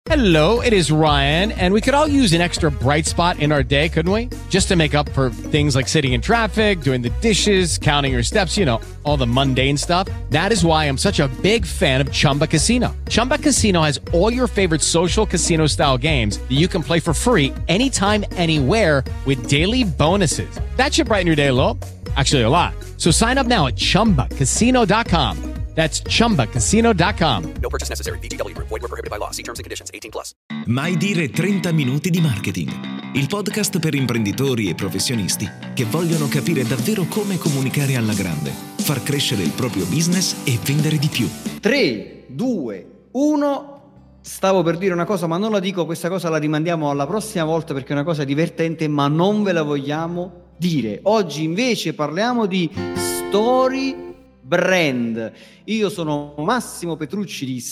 Hello, it is Ryan, and we could all use an extra bright spot in our day, couldn't we? Just to make up for things like sitting in traffic, doing the dishes, counting your steps, you know, all the mundane stuff. That is why I'm such a big fan of Chumba Casino. Chumba Casino has all your favorite social casino-style games that you can play for free anytime, anywhere with daily bonuses. That should brighten your day a little. Actually, a lot. So sign up now at ChumbaCasino.com. That's ChumbaCasino.com. No purchase necessary. VGW Group. Void where prohibited by law. See terms and conditions. 18+. Mai dire 30 minuti di marketing. Il podcast per imprenditori e professionisti che vogliono capire davvero come comunicare alla grande, far crescere il proprio business e vendere di più. 3, 2, 1. Stavo per dire una cosa, ma non la dico. Questa cosa la rimandiamo alla prossima volta perché è una cosa divertente, ma non ve la vogliamo dire. Oggi invece parliamo di story brand. Io sono Massimo Petrucci di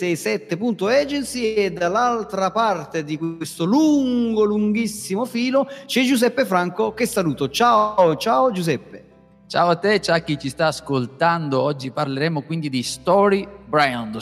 667.agency e dall'altra parte di questo lunghissimo filo c'è Giuseppe Franco, che saluto. Ciao Giuseppe. Ciao a te, ciao a chi ci sta ascoltando. Oggi parleremo quindi di story brand.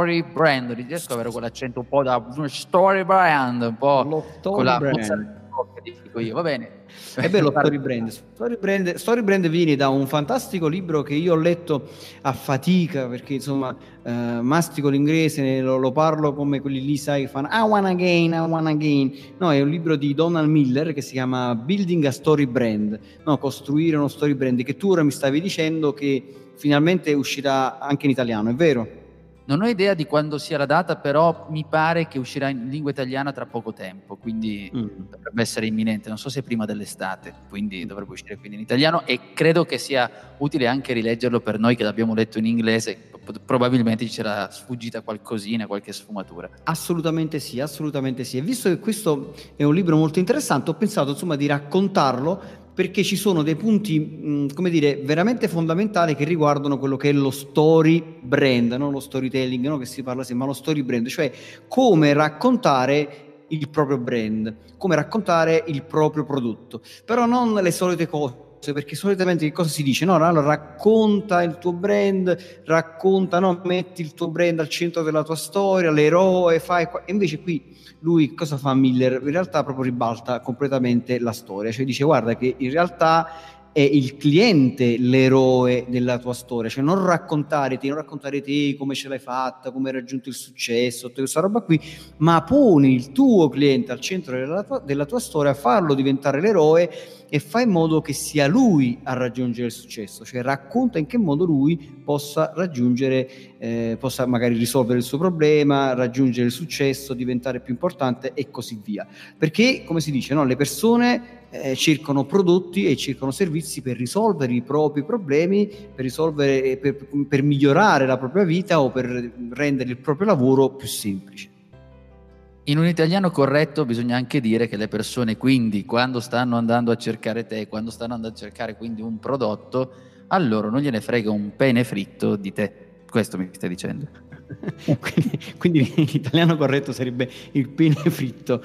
Riesco ad avere quell'accento un po' da story brand, un po' con la brand che dico io, va bene. È bello story brand. Story brand viene da un fantastico libro che io ho letto a fatica perché insomma mastico l'inglese, lo parlo come quelli lì, sai, che fanno I wanna gain. No, è un libro di Donald Miller che si chiama Building a Story Brand, no, costruire uno story brand, che tu ora mi stavi dicendo che finalmente uscirà anche in italiano, è vero? Non ho idea di quando sia la data, però mi pare che uscirà in lingua italiana tra poco tempo, quindi dovrebbe essere imminente. Non so se prima dell'estate, quindi dovrebbe uscire quindi in italiano, e credo che sia utile anche rileggerlo per noi che l'abbiamo letto in inglese. Probabilmente ci sarà sfuggita qualcosina, qualche sfumatura. Assolutamente sì. E visto che questo è un libro molto interessante, ho pensato insomma di raccontarlo, perché ci sono dei punti, come dire, veramente fondamentali che riguardano quello che è lo story brand, non lo storytelling, no, che si parla sempre, ma lo story brand, cioè come raccontare il proprio brand, come raccontare il proprio prodotto, però non le solite cose, perché solitamente che cosa si dice? No, allora racconta il tuo brand, metti il tuo brand al centro della tua storia, l'eroe, e invece qui lui cosa fa Miller? In realtà proprio ribalta completamente la storia, cioè dice guarda che in realtà è il cliente l'eroe della tua storia, cioè non raccontare te come ce l'hai fatta, come hai raggiunto il successo, tutta questa roba qui, ma poni il tuo cliente al centro della tua storia, farlo diventare l'eroe e fai in modo che sia lui a raggiungere il successo, cioè racconta in che modo lui possa raggiungere, possa magari risolvere il suo problema, raggiungere il successo, diventare più importante e così via. Perché, come si dice, no? Le persone cercano prodotti e cercano servizi per risolvere i propri problemi, per migliorare la propria vita o per rendere il proprio lavoro più semplice. In un italiano corretto bisogna anche dire che le persone quindi quando stanno andando a cercare te, quando stanno andando a cercare quindi un prodotto, a loro non gliene frega un pene fritto di te. Questo mi stai dicendo? quindi l'italiano corretto sarebbe il pene fritto.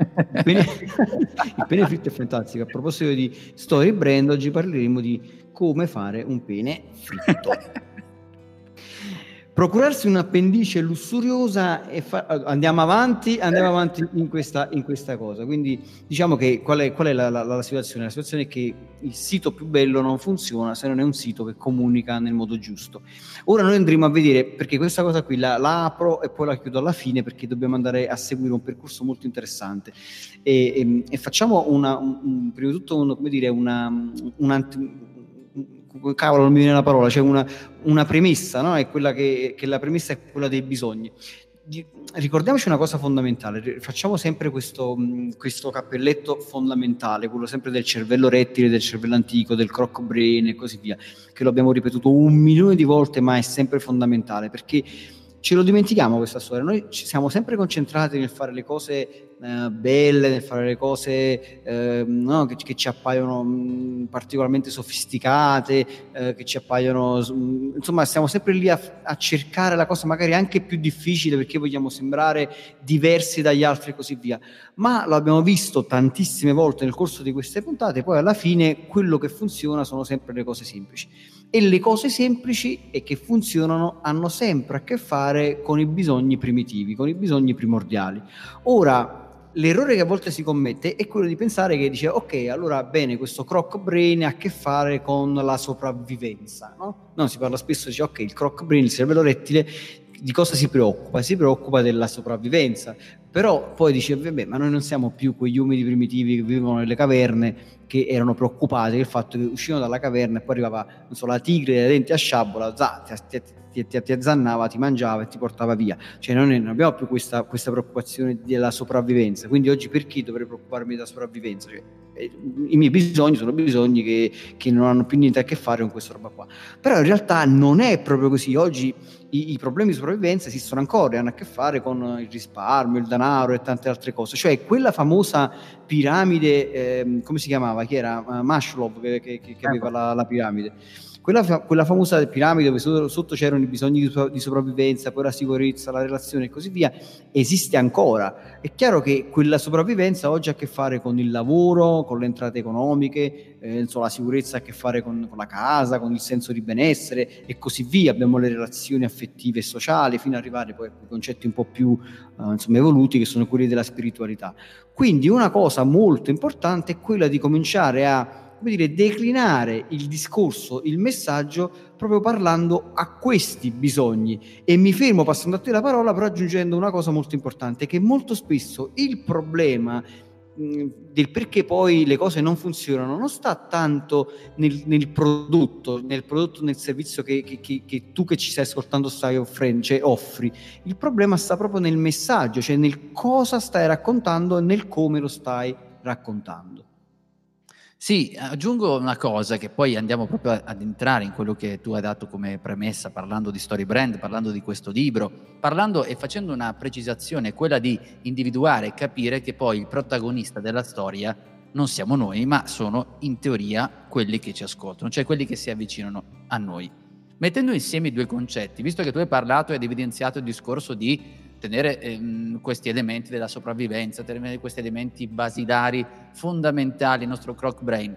Il pene fritto è fantastico. A proposito di story brand, oggi parleremo di come fare un pene fritto. Procurarsi un'appendice lussuriosa e andiamo avanti in questa cosa. Quindi diciamo che qual è la situazione? La situazione è che il sito più bello non funziona se non è un sito che comunica nel modo giusto. Ora noi andremo a vedere, perché questa cosa qui la apro e poi la chiudo alla fine, perché dobbiamo andare a seguire un percorso molto interessante e facciamo prima di tutto cavolo, non mi viene la parola, cioè una premessa, no? È quella che la premessa è quella dei bisogni. Ricordiamoci una cosa fondamentale, facciamo sempre questo cappelletto fondamentale, quello sempre del cervello rettile, del cervello antico, del croc brain e così via, che lo abbiamo ripetuto 1 milione di volte, ma è sempre fondamentale, perché ce lo dimentichiamo questa storia. Noi ci siamo sempre concentrati nel fare le cose belle, nel fare le cose no, che ci appaiono particolarmente sofisticate, che ci appaiono, insomma stiamo sempre lì a cercare la cosa magari anche più difficile perché vogliamo sembrare diversi dagli altri e così via, ma lo abbiamo visto tantissime volte nel corso di queste puntate, poi alla fine quello che funziona sono sempre le cose semplici. E le cose semplici e che funzionano hanno sempre a che fare con i bisogni primitivi, con i bisogni primordiali. Ora, l'errore che a volte si commette è quello di pensare che dice ok, allora bene, questo croc brain ha a che fare con la sopravvivenza, no? No, si parla spesso, dice ok, il croc brain, il cervello rettile, di cosa si preoccupa? Si preoccupa della sopravvivenza, però poi dice vabbè, ma noi non siamo più quegli umidi primitivi che vivono nelle caverne, che erano preoccupati del fatto che uscivano dalla caverna e poi arrivava, non so, la tigre dai denti a sciabola, ti azzannava, ti mangiava e ti portava via. Cioè noi non abbiamo più questa preoccupazione della sopravvivenza, quindi oggi perché dovrei preoccuparmi della sopravvivenza? Cioè, i miei bisogni sono bisogni che non hanno più niente a che fare con questa roba qua. Però in realtà non è proprio così. Oggi i problemi di sopravvivenza esistono ancora e hanno a che fare con il risparmio, il denaro e tante altre cose. Cioè quella famosa piramide, come si chiamava? Chi era? Maslow che aveva la piramide. Quella famosa piramide dove sotto c'erano i bisogni di sopravvivenza, poi la sicurezza, la relazione e così via, esiste ancora. È chiaro che quella sopravvivenza oggi ha a che fare con il lavoro, con le entrate economiche, la sicurezza ha a che fare con la casa, con il senso di benessere e così via. Abbiamo le relazioni affettive e sociali, fino ad arrivare poi a concetti un po' più evoluti, che sono quelli della spiritualità. Quindi una cosa molto importante è quella di cominciare a declinare il discorso, il messaggio, proprio parlando a questi bisogni. E mi fermo, passando a te la parola, però aggiungendo una cosa molto importante, che molto spesso il problema del perché poi le cose non funzionano non sta tanto nel prodotto, nel servizio che tu che ci stai ascoltando stai offrendo, cioè offri. Il problema sta proprio nel messaggio, cioè nel cosa stai raccontando e nel come lo stai raccontando. Sì, aggiungo una cosa, che poi andiamo proprio ad entrare in quello che tu hai dato come premessa, parlando di story brand, parlando di questo libro, parlando e facendo una precisazione, quella di individuare e capire che poi il protagonista della storia non siamo noi, ma sono in teoria quelli che ci ascoltano, cioè quelli che si avvicinano a noi. Mettendo insieme i due concetti, visto che tu hai parlato ed evidenziato il discorso di tenere questi elementi della sopravvivenza, tenere questi elementi basilari, fondamentali, il nostro croc brain.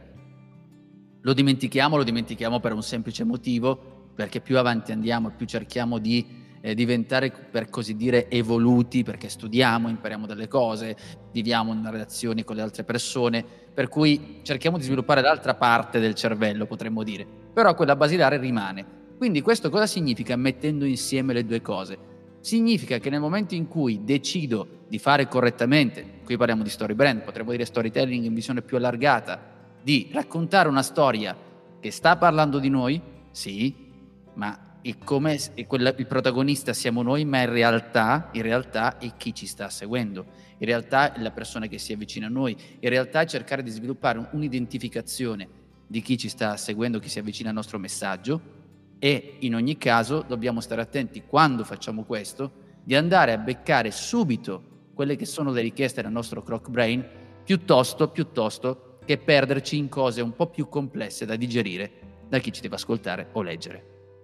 Lo dimentichiamo per un semplice motivo, perché più avanti andiamo e più cerchiamo di diventare, per così dire, evoluti, perché studiamo, impariamo delle cose, viviamo in relazioni con le altre persone, per cui cerchiamo di sviluppare l'altra parte del cervello, potremmo dire. Però quella basilare rimane. Quindi questo cosa significa mettendo insieme le due cose? Significa che nel momento in cui decido di fare correttamente, qui parliamo di story brand, potremmo dire storytelling in visione più allargata, di raccontare una storia che sta parlando di noi, sì, ma il protagonista siamo noi, ma in realtà è chi ci sta seguendo, in realtà è la persona che si avvicina a noi, in realtà è cercare di sviluppare un'identificazione di chi ci sta seguendo, chi si avvicina al nostro messaggio. E in ogni caso dobbiamo stare attenti, quando facciamo questo, di andare a beccare subito quelle che sono le richieste del nostro croc brain, piuttosto che perderci in cose un po' più complesse da digerire da chi ci deve ascoltare o leggere.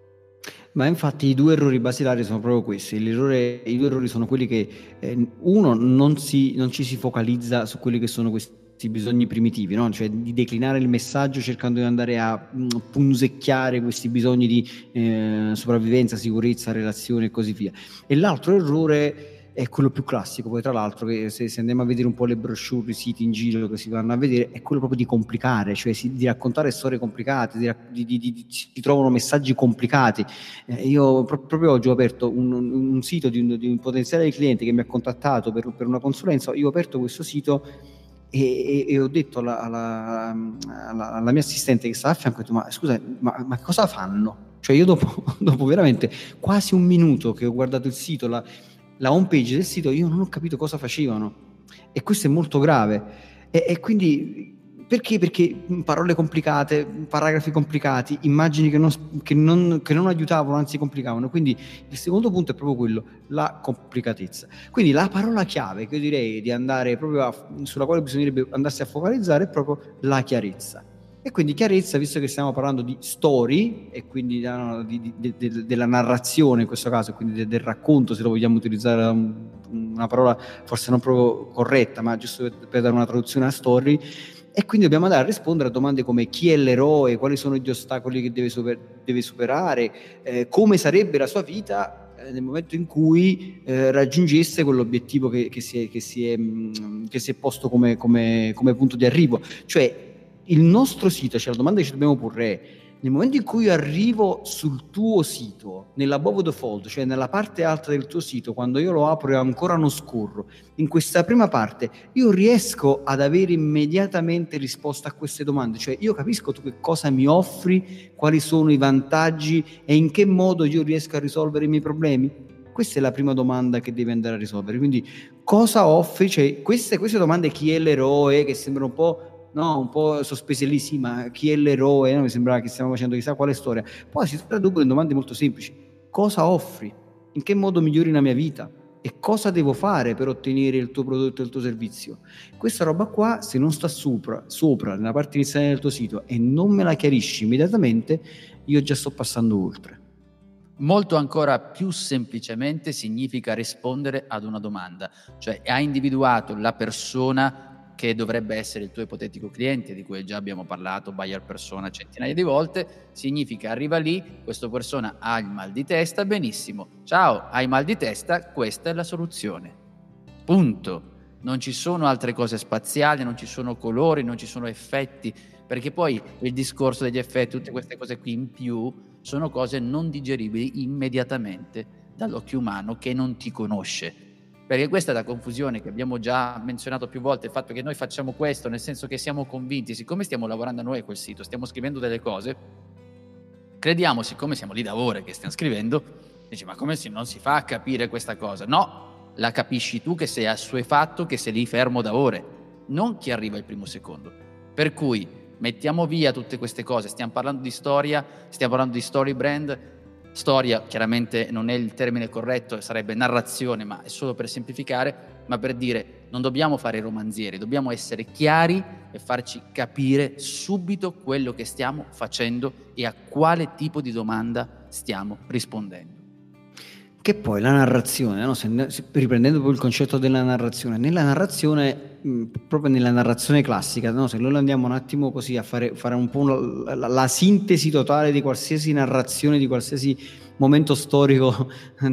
Ma infatti i due errori basilari sono proprio questi. I due errori sono quelli che uno non ci si focalizza su quelli che sono questi bisogni primitivi, no? Cioè di declinare il messaggio cercando di andare a punzecchiare questi bisogni di sopravvivenza, sicurezza, relazione e così via. E l'altro errore è quello più classico, poi tra l'altro, che se andiamo a vedere un po' le brochure, i siti in giro che si vanno a vedere, è quello proprio di complicare, cioè di raccontare storie complicate, si trovano messaggi complicati. Io proprio oggi ho aperto un sito di un potenziale cliente che mi ha contattato per una consulenza. Io ho aperto questo sito e ho detto alla mia assistente che stava a fianco, ho detto, ma scusa, ma cosa fanno? Cioè io dopo veramente quasi un minuto che ho guardato il sito, la home page del sito, io non ho capito cosa facevano, e questo è molto grave. E quindi perché parole complicate, paragrafi complicati, immagini che non aiutavano, anzi complicavano. Quindi il secondo punto è proprio quello, la complicatezza. Quindi la parola chiave che io direi di andare proprio sulla quale bisognerebbe andarsi a focalizzare è proprio la chiarezza. E quindi chiarezza, visto che stiamo parlando di story e quindi della narrazione in questo caso, e quindi del racconto, se lo vogliamo utilizzare una parola forse non proprio corretta, ma giusto per dare una traduzione a story, e quindi dobbiamo andare a rispondere a domande come chi è l'eroe, quali sono gli ostacoli che deve superare, come sarebbe la sua vita nel momento in cui raggiungesse quell'obiettivo che si è posto come punto di arrivo. Cioè il nostro sito, cioè la domanda che ci dobbiamo porre è: nel momento in cui io arrivo sul tuo sito, nell'above the fold, cioè nella parte alta del tuo sito, quando io lo apro e ancora non scorro, in questa prima parte io riesco ad avere immediatamente risposta a queste domande, cioè io capisco tu che cosa mi offri, quali sono i vantaggi e in che modo io riesco a risolvere i miei problemi? Questa è la prima domanda che devi andare a risolvere. Quindi cosa offri? Cioè queste domande, chi è l'eroe, che sembrano un po' sospese lì, sì, ma chi è l'eroe? Mi sembrava che stiamo facendo chissà quale storia. Poi si traducono in domande molto semplici: cosa offri? In che modo migliori la mia vita? E cosa devo fare per ottenere il tuo prodotto e il tuo servizio? Questa roba qua, se non sta sopra nella parte iniziale del tuo sito e non me la chiarisci immediatamente, io già sto passando oltre. Molto ancora più semplicemente significa rispondere ad una domanda, cioè hai individuato la persona che dovrebbe essere il tuo ipotetico cliente, di cui già abbiamo parlato, buyer persona, centinaia di volte. Significa, arriva lì, questa persona ha il mal di testa, benissimo, ciao, hai mal di testa, questa è la soluzione, punto. Non ci sono altre cose spaziali, non ci sono colori, non ci sono effetti, perché poi il discorso degli effetti, tutte queste cose qui in più, sono cose non digeribili immediatamente dall'occhio umano che non ti conosce. Perché questa è la confusione che abbiamo già menzionato più volte, il fatto che noi facciamo questo nel senso che siamo convinti, siccome stiamo lavorando noi a quel sito, stiamo scrivendo delle cose, crediamo, siccome siamo lì da ore che stiamo scrivendo, dici ma come non si fa a capire questa cosa? No, la capisci tu che sei assuefatto, che sei lì fermo da ore, non chi arriva il primo secondo. Per cui mettiamo via tutte queste cose, stiamo parlando di storia, stiamo parlando di story brand. Storia chiaramente non è il termine corretto, sarebbe narrazione, ma è solo per semplificare, ma per dire non dobbiamo fare i romanzieri, dobbiamo essere chiari e farci capire subito quello che stiamo facendo e a quale tipo di domanda stiamo rispondendo. Che poi la narrazione, no? Riprendendo poi il concetto della narrazione, proprio nella narrazione classica, no? Se noi andiamo un attimo così a fare un po' la sintesi totale di qualsiasi narrazione, di qualsiasi momento storico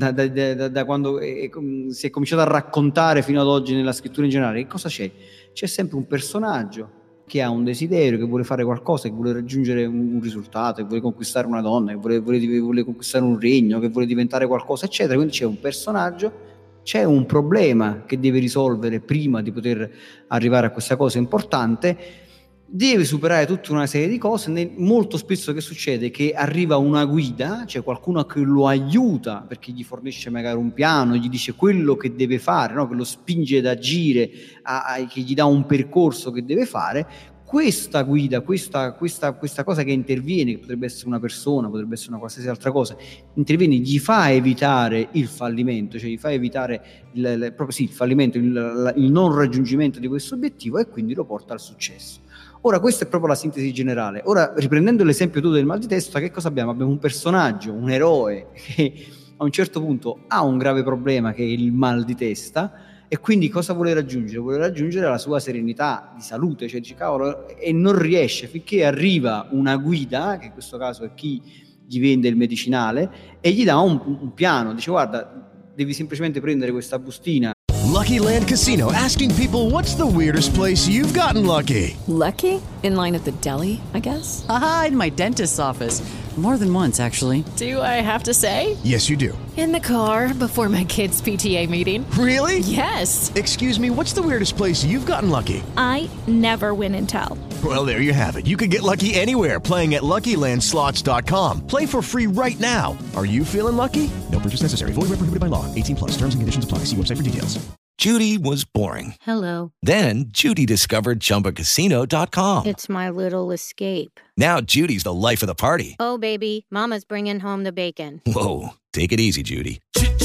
da quando si è cominciato a raccontare fino ad oggi nella scrittura in generale, che cosa c'è? C'è sempre un personaggio che ha un desiderio, che vuole fare qualcosa, che vuole raggiungere un risultato, che vuole conquistare una donna, che vuole conquistare un regno, che vuole diventare qualcosa, eccetera. Quindi c'è un personaggio, c'è un problema che deve risolvere prima di poter arrivare a questa cosa importante, deve superare tutta una serie di cose. Molto spesso che succede? Che arriva una guida, cioè qualcuno che lo aiuta, perché gli fornisce magari un piano, gli dice quello che deve fare, no? Che lo spinge ad agire, che gli dà un percorso che deve fare. Questa guida, questa cosa che interviene, che potrebbe essere una persona, potrebbe essere una qualsiasi altra cosa, interviene, gli fa evitare il fallimento, cioè gli fa evitare il fallimento, il non raggiungimento di questo obiettivo, e quindi lo porta al successo. Ora, questa è proprio la sintesi generale. Ora, riprendendo l'esempio tu del mal di testa, che cosa abbiamo? Abbiamo un personaggio, un eroe, che a un certo punto ha un grave problema, che è il mal di testa, e quindi cosa vuole raggiungere? Vuole raggiungere la sua serenità di salute, cioè dice cavolo, e non riesce finché arriva una guida, che in questo caso è chi gli vende il medicinale, e gli dà un piano, dice guarda, devi semplicemente prendere questa bustina. Lucky Land Casino, asking people, what's the weirdest place you've gotten lucky? Lucky? In line at the deli, I guess? Aha, in my dentist's office. More than once, actually. Do I have to say? Yes, you do. In the car before my kids' PTA meeting. Really? Yes. Excuse me, what's the weirdest place you've gotten lucky? I never win and tell. Well, there you have it. You can get lucky anywhere, playing at LuckyLandSlots.com. Play for free right now. Are you feeling lucky? No purchase necessary. Void where prohibited by law. 18+. Terms and conditions apply. See website for details. Judy was boring. Hello. Then Judy discovered ChumbaCasino.com. It's my little escape. Now Judy's the life of the party. Oh, baby, mama's bringing home the bacon. Whoa, take it easy, Judy.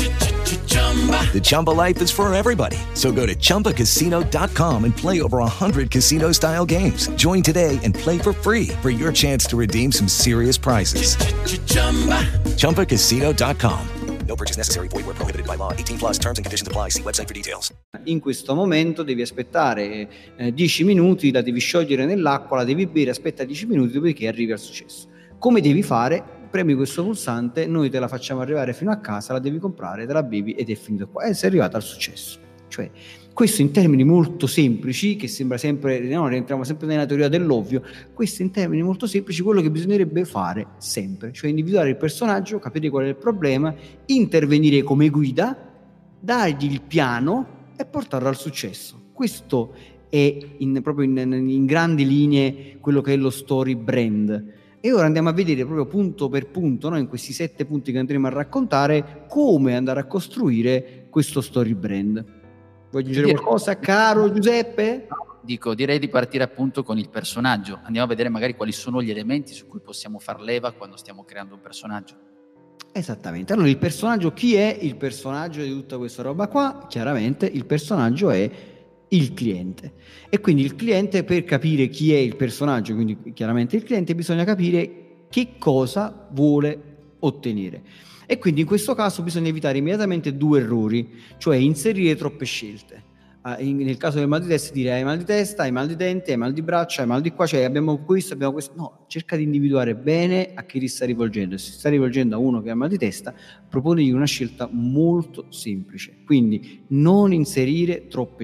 The Chumba life is for everybody. So go to ChumbaCasino.com and play over 100 casino-style games. Join today and play for free for your chance to redeem some serious prizes. ChumbaCasino.com. No purchase necessary. Void where prohibited by law. 18 plus terms and conditions apply. See website for details. In questo momento devi aspettare 10 minuti, la devi sciogliere nell'acqua, la devi bere, aspetta 10 minuti, dopodiché arrivi al successo. Come devi fare? Premi questo pulsante, noi te la facciamo arrivare fino a casa, la devi comprare, te la bevi ed è finito qua. E sei arrivato al successo. Cioè, questo in termini molto semplici, che sembra sempre, no, rientriamo sempre nella teoria dell'ovvio, questo in termini molto semplici, quello che bisognerebbe fare sempre, cioè individuare il personaggio, capire qual è il problema, intervenire come guida, dargli il piano e portarlo al successo. Questo è proprio in grandi linee quello che è lo story brand. E ora andiamo a vedere proprio punto per punto, no, in questi 7 punti che andremo a raccontare, come andare a costruire questo story brand. Vuoi aggiungere qualcosa, caro Giuseppe? Direi di partire appunto con il personaggio. Andiamo a vedere magari quali sono gli elementi su cui possiamo far leva quando stiamo creando un personaggio. Esattamente. Allora, il personaggio, chi è il personaggio di tutta questa roba qua? Chiaramente il personaggio è il cliente. E quindi il cliente, per capire chi è il personaggio, quindi chiaramente il cliente, bisogna capire che cosa vuole ottenere. E quindi in questo caso bisogna evitare immediatamente 2 errori, cioè inserire troppe scelte. Nel caso del mal di testa, dire hai mal di testa, hai mal di dente, hai mal di braccia, hai mal di qua, cioè abbiamo questo, abbiamo questo. No, cerca di individuare bene a chi ti sta rivolgendo. Se ti sta rivolgendo a uno che ha mal di testa, proponigli una scelta molto semplice. Quindi non inserire troppe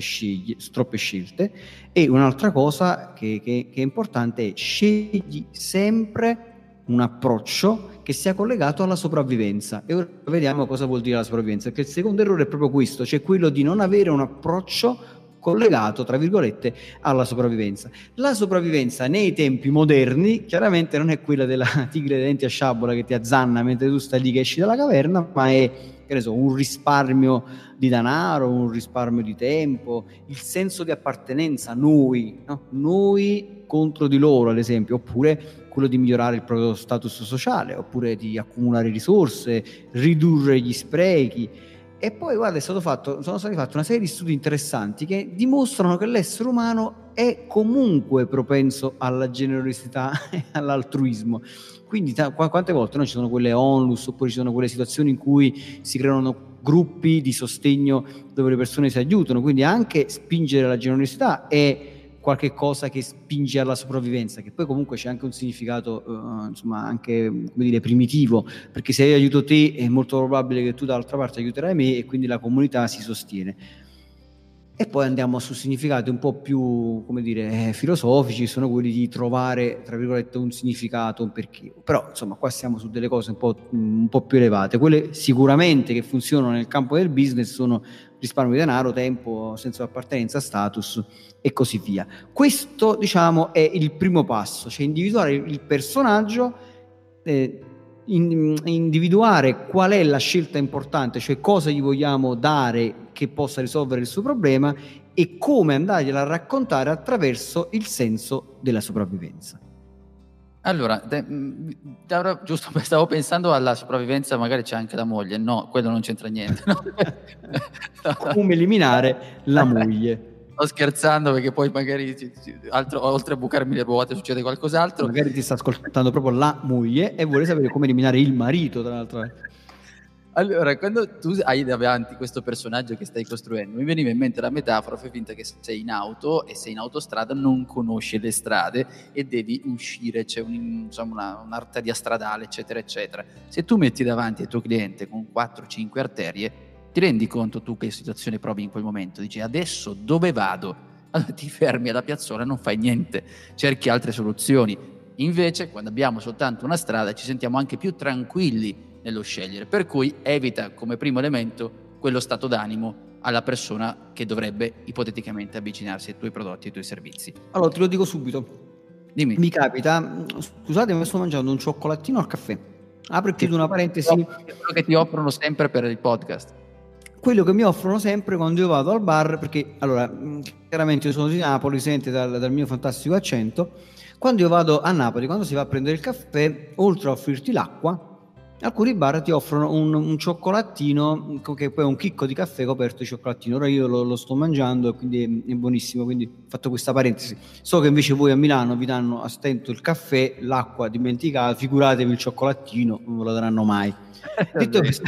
scelte. E un'altra cosa che è importante è scegli sempre un approccio che sia collegato alla sopravvivenza. E ora vediamo cosa vuol dire la sopravvivenza, perché il secondo errore è proprio questo, cioè quello di non avere un approccio collegato, tra virgolette, alla sopravvivenza. La sopravvivenza nei tempi moderni chiaramente non è quella della tigre dei denti a sciabola che ti azzanna mentre tu stai lì che esci dalla caverna, ma è, che ne so, un risparmio di denaro, un risparmio di tempo, il senso di appartenenza, noi contro di loro, ad esempio, oppure quello di migliorare il proprio status sociale, oppure di accumulare risorse, ridurre gli sprechi. E poi guarda, sono stati fatti una serie di studi interessanti che dimostrano che l'essere umano è comunque propenso alla generosità e all'altruismo. Quindi quante volte ci sono quelle onlus, oppure ci sono quelle situazioni in cui si creano gruppi di sostegno dove le persone si aiutano, quindi anche spingere alla generosità è qualche cosa che spinge alla sopravvivenza, che poi comunque c'è anche un significato insomma anche, come dire, primitivo, perché se io aiuto te è molto probabile che tu dall'altra parte aiuterai me e quindi la comunità si sostiene. E poi andiamo su significati un po' più, come dire, filosofici, sono quelli di trovare, tra virgolette, un significato, un perché. Però insomma qua siamo su delle cose un po' più elevate. Quelle sicuramente che funzionano nel campo del business sono risparmio di denaro, tempo, senso di appartenenza, status e così via. Questo, diciamo, è il primo passo, cioè individuare il personaggio, individuare qual è la scelta importante, cioè cosa gli vogliamo dare che possa risolvere il suo problema e come andargliela a raccontare attraverso il senso della sopravvivenza. Allora, giusto, stavo pensando alla sopravvivenza, magari c'è anche la moglie. No, quello non c'entra niente. No? Come eliminare la moglie. Sto scherzando, perché poi magari oltre a bucarmi le ruote succede qualcos'altro. Magari ti sta ascoltando proprio la moglie e vuole sapere come eliminare il marito, tra l'altro. Allora, quando tu hai davanti questo personaggio che stai costruendo, mi veniva in mente la metafora: fai finta che sei in auto e sei in autostrada, non conosci le strade e devi uscire, c'è un'arteria stradale, eccetera eccetera. Se tu metti davanti al tuo cliente con 4-5 arterie, ti rendi conto tu che situazione provi in quel momento? Dici: adesso dove vado? Allora ti fermi alla piazzola, non fai niente, cerchi altre soluzioni. Invece, quando abbiamo soltanto una strada, ci sentiamo anche più tranquilli nello scegliere, per cui evita come primo elemento quello stato d'animo alla persona che dovrebbe ipoteticamente avvicinarsi ai tuoi prodotti e ai tuoi servizi. Allora te lo dico subito, dimmi. Mi capita, scusate, ma sto mangiando un cioccolatino al caffè, apro e chiudo una parentesi. Quello che ti offrono sempre per il podcast, quello che mi offrono sempre quando io vado al bar, perché allora chiaramente io sono di Napoli, si sente dal mio fantastico accento. Quando io vado a Napoli, quando si va a prendere il caffè, oltre a offrirti l'acqua, alcuni bar ti offrono un cioccolatino che poi è un chicco di caffè coperto di cioccolatino. Ora io lo sto mangiando e quindi è buonissimo, quindi ho fatto questa parentesi. So che invece voi a Milano vi danno a stento il caffè, l'acqua dimenticata, figuratevi il cioccolatino, non ve lo daranno mai.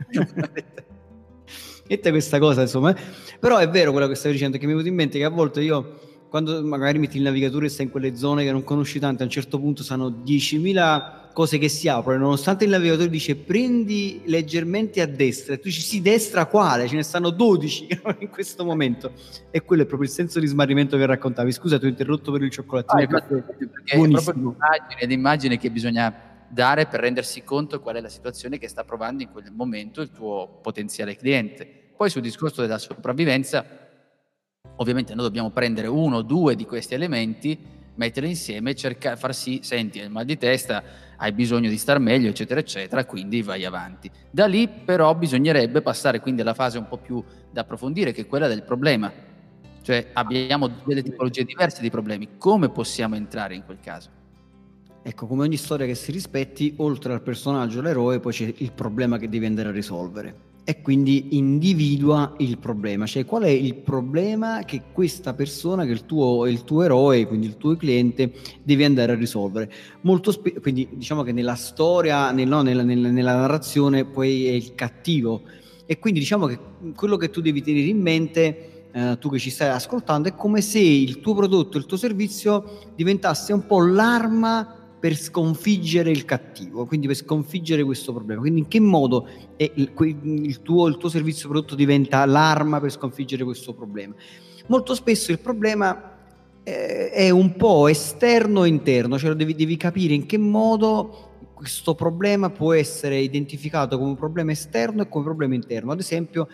Mette questa cosa, insomma. Però è vero quello che stai dicendo, che mi è venuto in mente che a volte io, quando magari metti il navigatore e stai in quelle zone che non conosci tanto, a un certo punto sanno 10.000 cose che si aprono, nonostante il navigatore dice prendi leggermente a destra, e tu dici sì, destra quale? Ce ne stanno 12 in questo momento. E quello è proprio il senso di smarrimento che raccontavi. Scusa, ti ho interrotto per il cioccolatino. Perché è proprio l'immagine che bisogna dare per rendersi conto qual è la situazione che sta provando in quel momento il tuo potenziale cliente. Poi sul discorso della sopravvivenza, ovviamente noi dobbiamo prendere 1 o 2 di questi elementi, metterli insieme e cercare, far sì, senti, hai il mal di testa, hai bisogno di star meglio, eccetera, eccetera, quindi vai avanti. Da lì però bisognerebbe passare quindi alla fase un po' più da approfondire, che è quella del problema. Cioè abbiamo delle tipologie diverse di problemi, come possiamo entrare in quel caso? Ecco, come ogni storia che si rispetti, oltre al personaggio, l'eroe, poi c'è il problema che devi andare a risolvere. E quindi individua il problema, cioè qual è il problema che questa persona, che il tuo eroe, quindi il tuo cliente, deve andare a risolvere. Quindi diciamo che nella storia, nella narrazione, poi è il cattivo. E quindi diciamo che quello che tu devi tenere in mente, tu che ci stai ascoltando, è come se il tuo prodotto, il tuo servizio diventasse un po' l'arma per sconfiggere il cattivo, quindi per sconfiggere questo problema. Quindi in che modo il tuo servizio prodotto diventa l'arma per sconfiggere questo problema? Molto spesso il problema è un po' esterno e interno, cioè devi capire in che modo questo problema può essere identificato come un problema esterno e come problema interno. Ad esempio,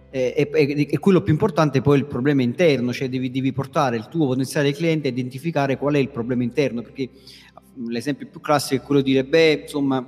e quello più importante poi è il problema interno, cioè devi portare il tuo potenziale cliente a identificare qual è il problema interno, perché l'esempio più classico è quello di dire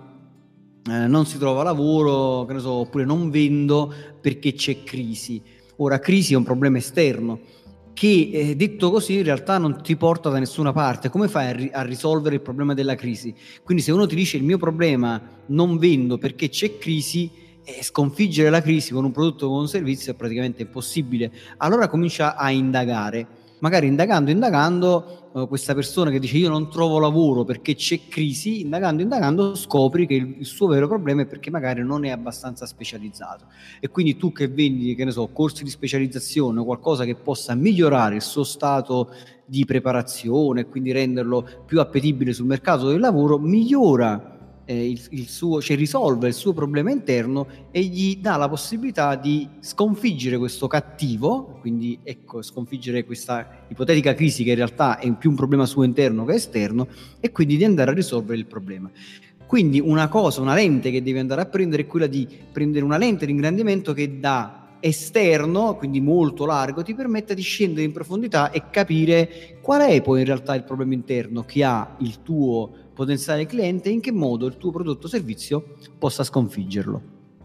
non si trova lavoro, che ne so, oppure non vendo perché c'è crisi. Ora, crisi è un problema esterno che, detto così, in realtà non ti porta da nessuna parte. Come fai a risolvere il problema della crisi? Quindi se uno ti dice il mio problema non vendo perché c'è crisi, sconfiggere la crisi con un prodotto o con un servizio è praticamente impossibile. Allora comincia a indagare, magari indagando questa persona che dice io non trovo lavoro perché c'è crisi, indagando scopri che il suo vero problema è perché magari non è abbastanza specializzato, e quindi tu che vendi, che ne so, corsi di specializzazione o qualcosa che possa migliorare il suo stato di preparazione e quindi renderlo più appetibile sul mercato del lavoro, migliora risolve il suo problema interno e gli dà la possibilità di sconfiggere questo cattivo, quindi ecco, sconfiggere questa ipotetica crisi che in realtà è più un problema suo interno che esterno, e quindi di andare a risolvere il problema. Quindi una lente che devi andare a prendere è quella di prendere una lente di ingrandimento che da esterno, quindi molto largo, ti permette di scendere in profondità e capire qual è poi in realtà il problema interno che ha il tuo potenziale cliente e in che modo il tuo prodotto o servizio possa sconfiggerlo.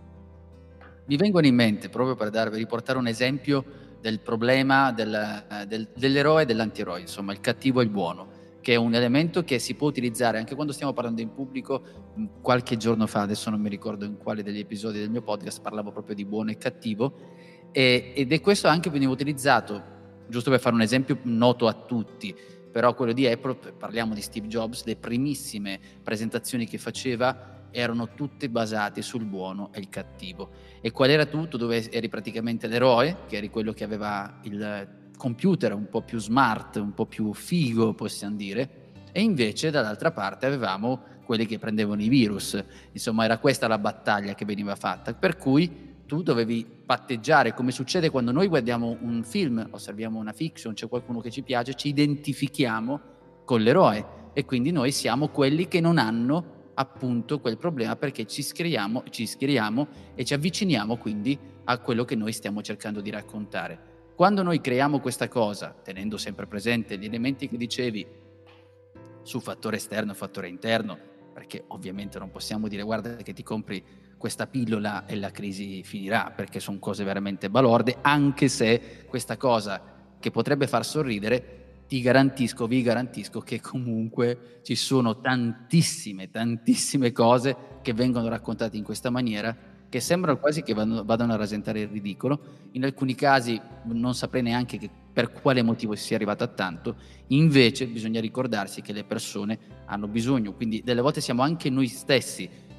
Mi vengono in mente, proprio per riportare un esempio del problema dell'eroe e dell'antieroe, insomma il cattivo e il buono, che è un elemento che si può utilizzare anche quando stiamo parlando in pubblico. Qualche giorno fa, adesso non mi ricordo in quale degli episodi del mio podcast, parlavo proprio di buono e cattivo, ed è questo anche veniva utilizzato, giusto per fare un esempio noto a tutti, però quello di Apple, parliamo di Steve Jobs, le primissime presentazioni che faceva erano tutte basate sul buono e il cattivo. E qual era tutto? Dove eri praticamente l'eroe, che eri quello che aveva il computer un po' più smart, un po' più figo, possiamo dire, e invece dall'altra parte avevamo quelli che prendevano i virus. Insomma, era questa la battaglia che veniva fatta, per cui tu dovevi patteggiare, come succede quando noi guardiamo un film, osserviamo una fiction, c'è qualcuno che ci piace, ci identifichiamo con l'eroe e quindi noi siamo quelli che non hanno appunto quel problema, perché ci schieriamo e ci avviciniamo quindi a quello che noi stiamo cercando di raccontare. Quando noi creiamo questa cosa, tenendo sempre presente gli elementi che dicevi su fattore esterno e fattore interno, perché ovviamente non possiamo dire guarda che ti compri questa pillola e la crisi finirà, perché sono cose veramente balorde, anche se questa cosa che potrebbe far sorridere, vi garantisco che comunque ci sono tantissime cose che vengono raccontate in questa maniera, che sembrano quasi che vadano a rasentare il ridicolo. In alcuni casi non saprei neanche per quale motivo si sia arrivato a tanto. Invece bisogna ricordarsi che le persone hanno bisogno, quindi delle volte siamo anche noi stessi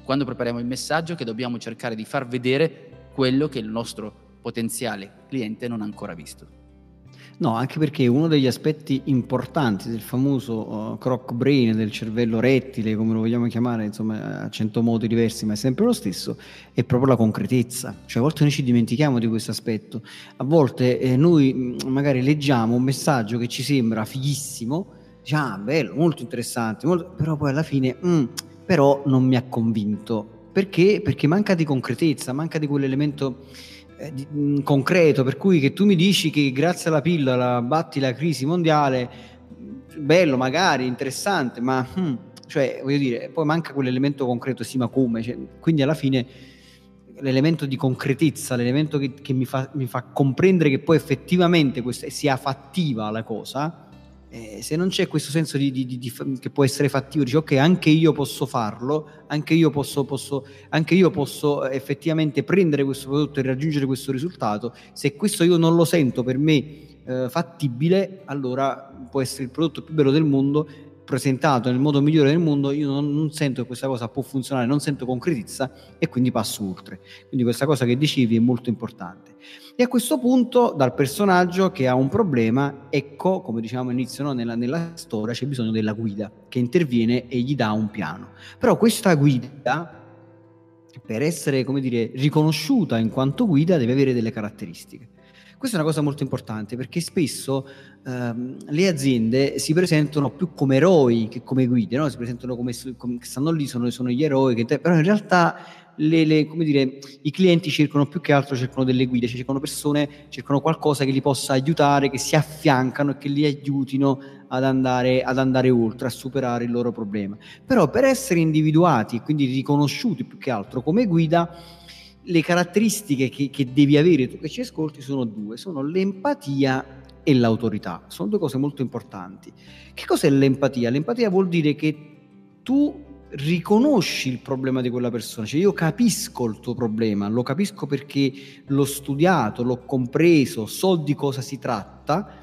quando prepariamo il messaggio, che dobbiamo cercare di far vedere quello che il nostro potenziale cliente non ha ancora visto. No, anche perché uno degli aspetti importanti del famoso croc brain, del cervello rettile, come lo vogliamo chiamare, insomma a 100 modi diversi, ma è sempre lo stesso, è proprio la concretezza. Cioè a volte noi ci dimentichiamo di questo aspetto. A volte noi magari leggiamo un messaggio che ci sembra fighissimo, diciamo, bello, molto interessante, però poi alla fine però non mi ha convinto. Perché? Perché manca di concretezza, manca di quell'elemento concreto, per cui che tu mi dici che grazie alla pillola batti la crisi mondiale, bello, magari interessante, ma cioè voglio dire, poi manca quell'elemento concreto, sì, ma come? Cioè, quindi alla fine l'elemento di concretezza, l'elemento che mi fa comprendere che poi effettivamente sia fattiva la cosa. Se non c'è questo senso che può essere fattivo, dici ok, anche io posso farlo, anche io posso effettivamente prendere questo prodotto e raggiungere questo risultato. Se questo io non lo sento per me fattibile, allora può essere il prodotto più bello del mondo, presentato nel modo migliore del mondo, io non sento che questa cosa può funzionare, non sento concretezza e quindi passo oltre. Quindi questa cosa che dicevi è molto importante. E a questo punto, dal personaggio che ha un problema, ecco, come dicevamo all'inizio, no, nella storia c'è bisogno della guida che interviene e gli dà un piano. Però questa guida, per essere, come dire, riconosciuta in quanto guida, deve avere delle caratteristiche. Questa è una cosa molto importante, perché spesso le aziende si presentano più come eroi che come guide, no? Si presentano come che stanno lì, sono gli eroi, però in realtà come dire, i clienti cercano più che altro delle guide, cercano persone, cercano qualcosa che li possa aiutare, che si affiancano e che li aiutino ad andare oltre, a superare il loro problema. Però per essere individuati e quindi riconosciuti più che altro come guida, le caratteristiche che devi avere tu che ci ascolti sono due, sono l'empatia e l'autorità. Sono due cose molto importanti. Che cos'è l'empatia? L'empatia vuol dire che tu riconosci il problema di quella persona, cioè io capisco il tuo problema, lo capisco perché l'ho studiato, l'ho compreso, so di cosa si tratta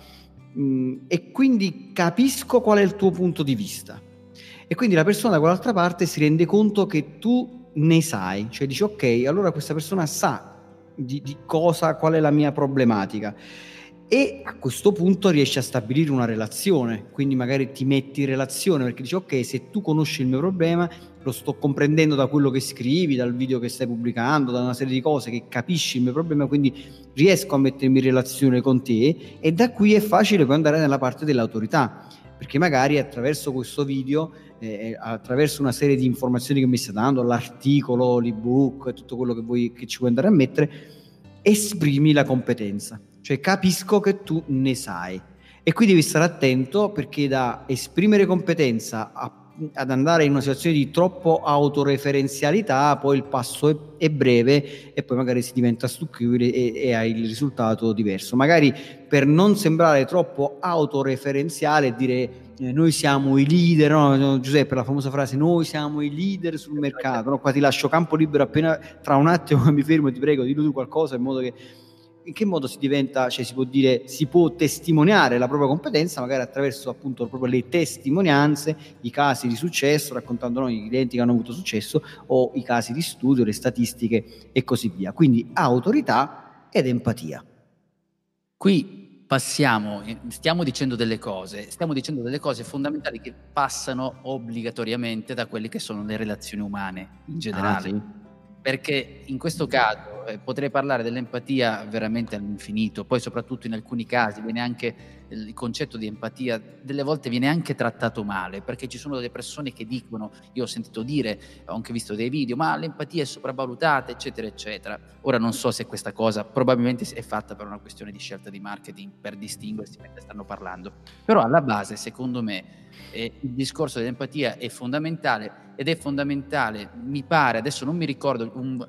e quindi capisco qual è il tuo punto di vista. E quindi la persona da quell'altra parte si rende conto che tu ne sai, cioè dici ok, allora questa persona sa di qual è la mia problematica e a questo punto riesci a stabilire una relazione, quindi magari ti metti in relazione perché dici ok, se tu conosci il mio problema, lo sto comprendendo da quello che scrivi, dal video che stai pubblicando, da una serie di cose che capisci il mio problema, quindi riesco a mettermi in relazione con te e da qui è facile poi andare nella parte dell'autorità, perché magari attraverso questo video, attraverso una serie di informazioni che mi stai dando, l'articolo, l'ebook e tutto quello che ci puoi andare a mettere, esprimi la competenza, cioè capisco che tu ne sai e qui devi stare attento, perché da esprimere competenza ad andare in una situazione di troppo autoreferenzialità poi il passo è breve e poi magari si diventa stucchevole e hai il risultato diverso. Magari per non sembrare troppo autoreferenziale e dire noi siamo i leader, no? Giuseppe, la famosa frase noi siamo i leader sul mercato, no? Qua ti lascio campo libero, appena tra un attimo mi fermo e ti prego dillo tu qualcosa, in modo che in che modo si diventa, cioè si può dire, si può testimoniare la propria competenza magari attraverso appunto proprio le testimonianze, i casi di successo, raccontando noi i clienti che hanno avuto successo o i casi di studio, le statistiche e così via. Quindi autorità ed empatia. Qui stiamo dicendo delle cose fondamentali che passano obbligatoriamente da quelle che sono le relazioni umane in generale. Sì. Perché in questo caso potrei parlare dell'empatia veramente all'infinito, poi soprattutto in alcuni casi viene anche il concetto di empatia, delle volte viene anche trattato male, perché ci sono delle persone che dicono, io ho sentito dire, ho anche visto dei video, ma l'empatia è sopravvalutata, eccetera, eccetera. Ora non so se questa cosa probabilmente è fatta per una questione di scelta di marketing, per distinguersi mentre stanno parlando, però alla base, secondo me, il discorso dell'empatia è fondamentale ed è fondamentale, mi pare, adesso non mi ricordo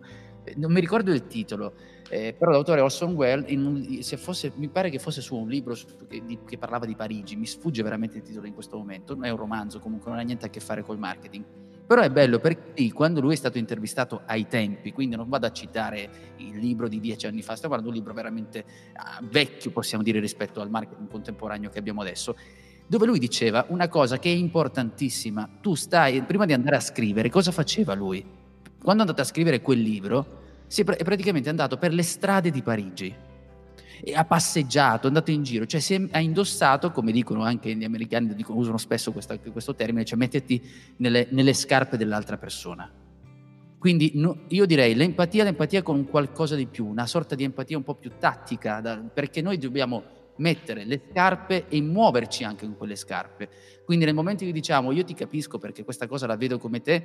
il titolo, però l'autore Orson Welles, mi pare che fosse su un libro che parlava di Parigi, mi sfugge veramente il titolo in questo momento, è un romanzo, comunque non ha niente a che fare col marketing, però è bello perché quando lui è stato intervistato ai tempi, quindi non vado a citare il libro di 10 anni fa, stiamo parlando di un libro veramente vecchio, possiamo dire, rispetto al marketing contemporaneo che abbiamo adesso, dove lui diceva una cosa che è importantissima. Tu prima di andare a scrivere, cosa faceva lui? quando è andato a scrivere quel libro è praticamente andato per le strade di Parigi e ha passeggiato, è andato in giro, cioè ha indossato, come dicono anche gli americani, usano spesso questo termine, cioè metterti nelle scarpe dell'altra persona. Quindi io direi l'empatia con qualcosa di più, una sorta di empatia un po' più tattica, perché noi dobbiamo mettere le scarpe e muoverci anche in quelle scarpe. Quindi nel momento in cui diciamo io ti capisco perché questa cosa la vedo come te,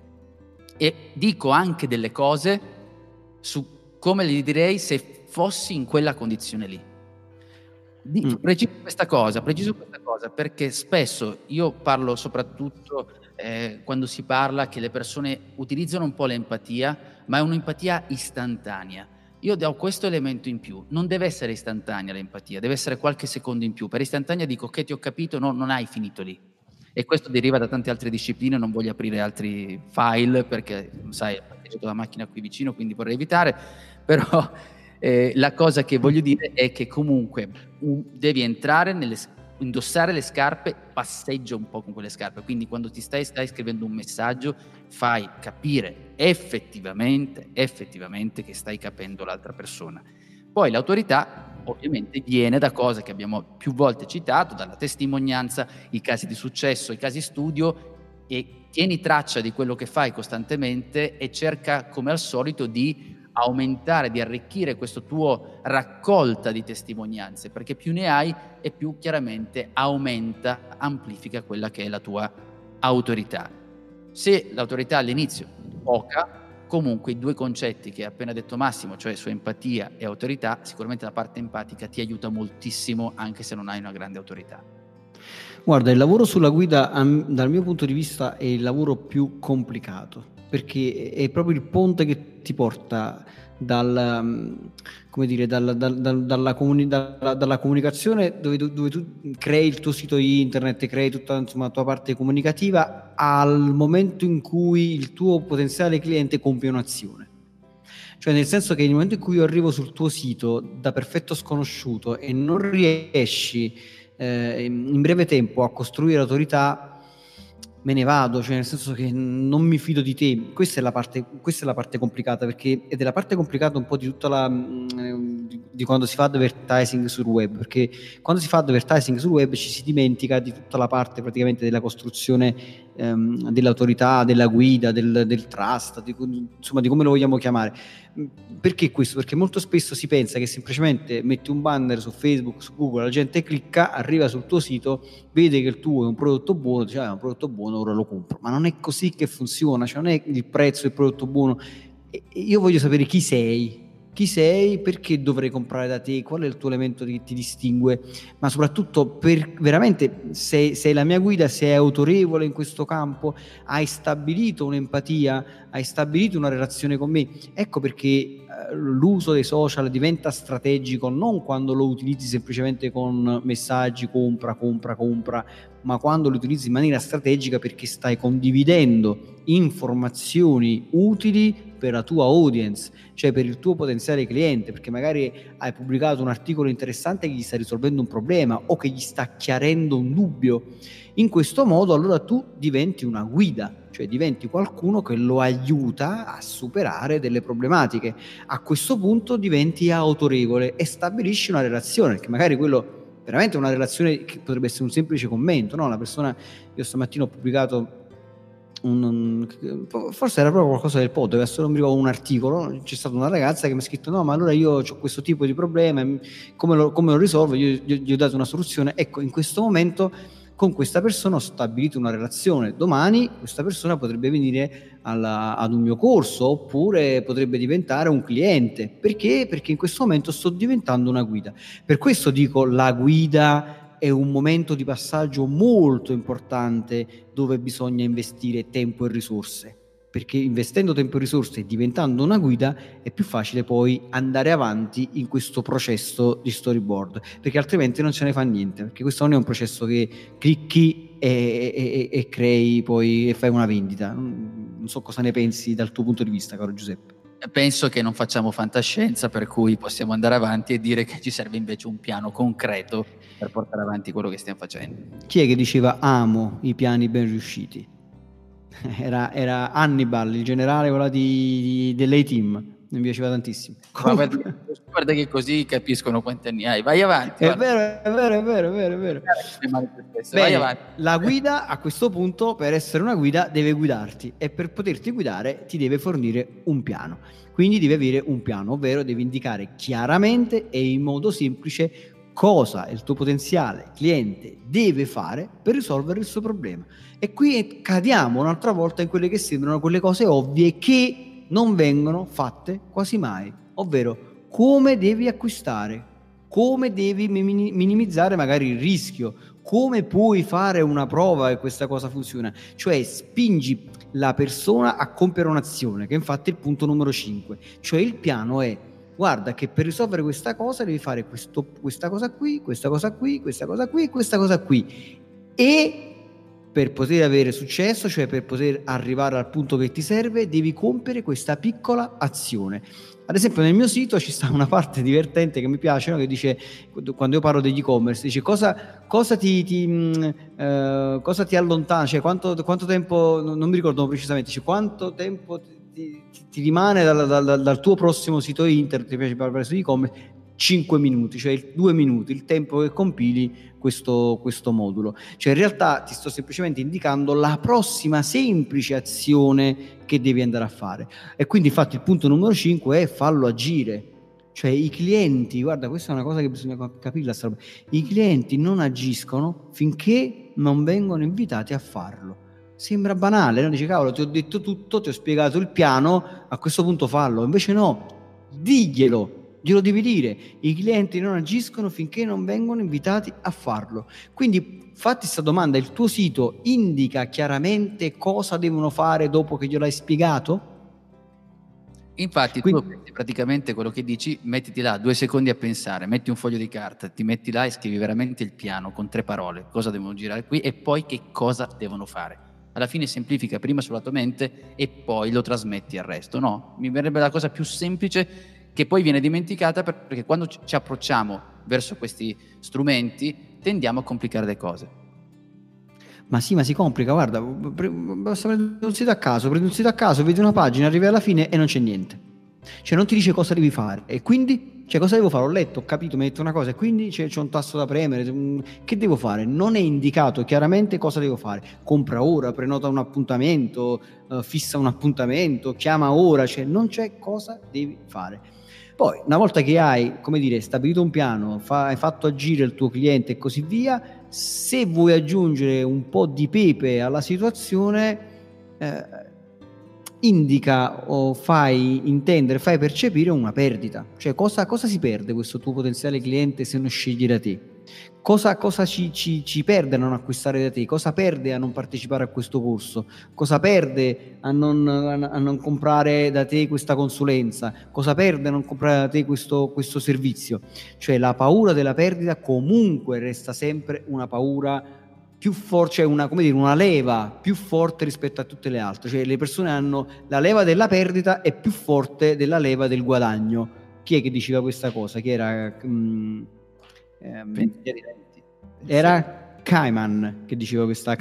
e dico anche delle cose su come le direi se fossi in quella condizione lì. Preciso questa cosa perché spesso io parlo soprattutto quando si parla che le persone utilizzano un po' l'empatia, ma è un'empatia istantanea. Io do questo elemento in più, non deve essere istantanea l'empatia, deve essere qualche secondo in più. Per istantanea dico ok, ti ho capito, no, non hai finito lì. E questo deriva da tante altre discipline, non voglio aprire altri file perché, sai, ho parcheggiato la macchina qui vicino, quindi vorrei evitare, però la cosa che voglio dire è che comunque devi entrare indossare le scarpe, passeggia un po' con quelle scarpe, quindi quando ti stai scrivendo un messaggio fai capire effettivamente che stai capendo l'altra persona. Poi l'autorità ovviamente viene da cose che abbiamo più volte citato, dalla testimonianza, i casi di successo, i casi studio, e tieni traccia di quello che fai costantemente e cerca come al solito di aumentare, di arricchire questo tuo raccolta di testimonianze, perché più ne hai e più chiaramente aumenta, amplifica quella che è la tua autorità. Se l'autorità all'inizio è poca, comunque i due concetti che ha appena detto Massimo, cioè su empatia e autorità, sicuramente la parte empatica ti aiuta moltissimo anche se non hai una grande autorità. Guarda, il lavoro sulla guida dal mio punto di vista è il lavoro più complicato, perché è proprio il ponte che ti porta dalla comunicazione dove tu crei il tuo sito internet, crei tutta la tua parte comunicativa, al momento in cui il tuo potenziale cliente compie un'azione. Cioè, nel senso che nel momento in cui io arrivo sul tuo sito da perfetto sconosciuto e non riesci in breve tempo a costruire autorità, me ne vado, cioè nel senso che non mi fido di te. Questa è la parte complicata, perché ed è la parte complicata un po' di tutta di quando si fa advertising sul web, perché quando si fa advertising sul web ci si dimentica di tutta la parte praticamente della costruzione dell'autorità, della guida, del trust, insomma di come lo vogliamo chiamare. Perché questo? Perché molto spesso si pensa che semplicemente metti un banner su Facebook, su Google, la gente clicca, arriva sul tuo sito, vede che il tuo è un prodotto buono, dice è un prodotto buono, ora lo compro. Ma non è così che funziona, cioè non è il prezzo del prodotto buono. Io voglio sapere chi sei, perché dovrei comprare da te, qual è il tuo elemento che ti distingue, ma soprattutto veramente sei la mia guida, sei autorevole in questo campo, hai stabilito un'empatia, hai stabilito una relazione con me. Ecco perché l'uso dei social diventa strategico non quando lo utilizzi semplicemente con messaggi compra, ma quando lo utilizzi in maniera strategica, perché stai condividendo informazioni utili per la tua audience, cioè per il tuo potenziale cliente, perché magari hai pubblicato un articolo interessante che gli sta risolvendo un problema o che gli sta chiarendo un dubbio. In questo modo allora tu diventi una guida, cioè diventi qualcuno che lo aiuta a superare delle problematiche. A questo punto diventi autorevole e stabilisci una relazione, che magari quello veramente è una relazione che potrebbe essere un semplice commento, no? La persona, io stamattina ho pubblicato forse era proprio qualcosa del pod, adesso non mi ricordo, un articolo, c'è stata una ragazza che mi ha scritto no, ma allora io ho questo tipo di problema, come lo risolvo? Io gli ho dato una soluzione. Ecco, in questo momento con questa persona ho stabilito una relazione, domani questa persona potrebbe venire ad un mio corso oppure potrebbe diventare un cliente. Perché? Perché in questo momento sto diventando una guida. Per questo dico, la guida è un momento di passaggio molto importante dove bisogna investire tempo e risorse, perché investendo tempo e risorse e diventando una guida è più facile poi andare avanti in questo processo di storyboard, perché altrimenti non ce ne fa niente, perché questo non è un processo che clicchi e crei poi e fai una vendita. Non so cosa ne pensi dal tuo punto di vista, caro Giuseppe. Penso che non facciamo fantascienza, per cui possiamo andare avanti e dire che ci serve invece un piano concreto per portare avanti quello che stiamo facendo. Chi è che diceva amo i piani ben riusciti? Era Hannibal, il generale, quella dell'A-Team. Mi piaceva tantissimo. Guarda che così capiscono quanti anni hai. Vai avanti. È vero. Bene, vai avanti. La guida a questo punto, per essere una guida, deve guidarti, e per poterti guidare ti deve fornire un piano. Quindi devi avere un piano, ovvero devi indicare chiaramente e in modo semplice cosa il tuo potenziale cliente deve fare per risolvere il suo problema. E qui cadiamo un'altra volta in quelle che sembrano quelle cose ovvie che non vengono fatte quasi mai, ovvero come devi acquistare, come devi minimizzare magari il rischio, come puoi fare una prova che questa cosa funziona. Cioè spingi la persona a compiere un'azione, che infatti è il punto numero 5. Cioè il piano è: guarda che per risolvere questa cosa devi fare questa cosa qui, questa cosa qui, questa cosa qui, questa cosa qui. E per poter avere successo, cioè per poter arrivare al punto che ti serve, devi compiere questa piccola azione. Ad esempio nel mio sito ci sta una parte divertente che mi piace, no? Che dice, quando io parlo degli e-commerce, dice cosa ti allontana, cioè quanto tempo, non mi ricordo precisamente, dice quanto tempo ti rimane dal tuo prossimo sito internet. Ti piace parlare su e-commerce? 5 minuti, cioè 2 minuti, il tempo che compili questo modulo. Cioè in realtà ti sto semplicemente indicando la prossima semplice azione che devi andare a fare. E quindi infatti il punto numero 5 è fallo agire. Cioè i clienti, guarda, questa è una cosa che bisogna capirla, i clienti non agiscono finché non vengono invitati a farlo. Sembra banale, no? Dice, cavolo, ti ho detto tutto, ti ho spiegato il piano, a questo punto fallo. Invece no, diglielo. Glielo devi dire, i clienti non agiscono finché non vengono invitati a farlo. Quindi fatti questa domanda: il tuo sito indica chiaramente cosa devono fare dopo che glielo hai spiegato? Infatti tu praticamente quello che dici, mettiti là 2 secondi a pensare, metti un foglio di carta, ti metti là e scrivi veramente il piano con 3 parole, cosa devono girare qui e poi che cosa devono fare. Alla fine semplifica prima sulla tua mente e poi lo trasmetti al resto, no? Mi verrebbe la cosa più semplice, che poi viene dimenticata perché quando ci approcciamo verso questi strumenti tendiamo a complicare le cose. Ma sì, ma si complica, guarda, basta prendere un sito a caso, vedi una pagina, arrivi alla fine e non c'è niente. Cioè non ti dice cosa devi fare, e quindi, cioè cosa devo fare? Ho letto, ho capito, mi metto una cosa e quindi c'è un tasto da premere, che devo fare? Non è indicato chiaramente cosa devo fare. Compra ora, prenota un appuntamento, fissa un appuntamento, chiama ora, cioè non c'è cosa devi fare. Poi, una volta che hai, come dire, stabilito un piano, hai fatto agire il tuo cliente e così via, se vuoi aggiungere un po' di pepe alla situazione, indica o fai intendere, fai percepire una perdita. Cioè cosa si perde questo tuo potenziale cliente se non scegli da te? Cosa ci perde a non acquistare da te? Cosa perde a non partecipare a questo corso? Cosa perde a non comprare da te questa consulenza? Cosa perde a non comprare da te questo servizio? Cioè la paura della perdita comunque resta sempre una paura più forte, cioè una leva più forte rispetto a tutte le altre. Cioè le persone hanno la leva della perdita è più forte della leva del guadagno. Chi è che diceva questa cosa? Chi era? Era Kahneman che diceva questa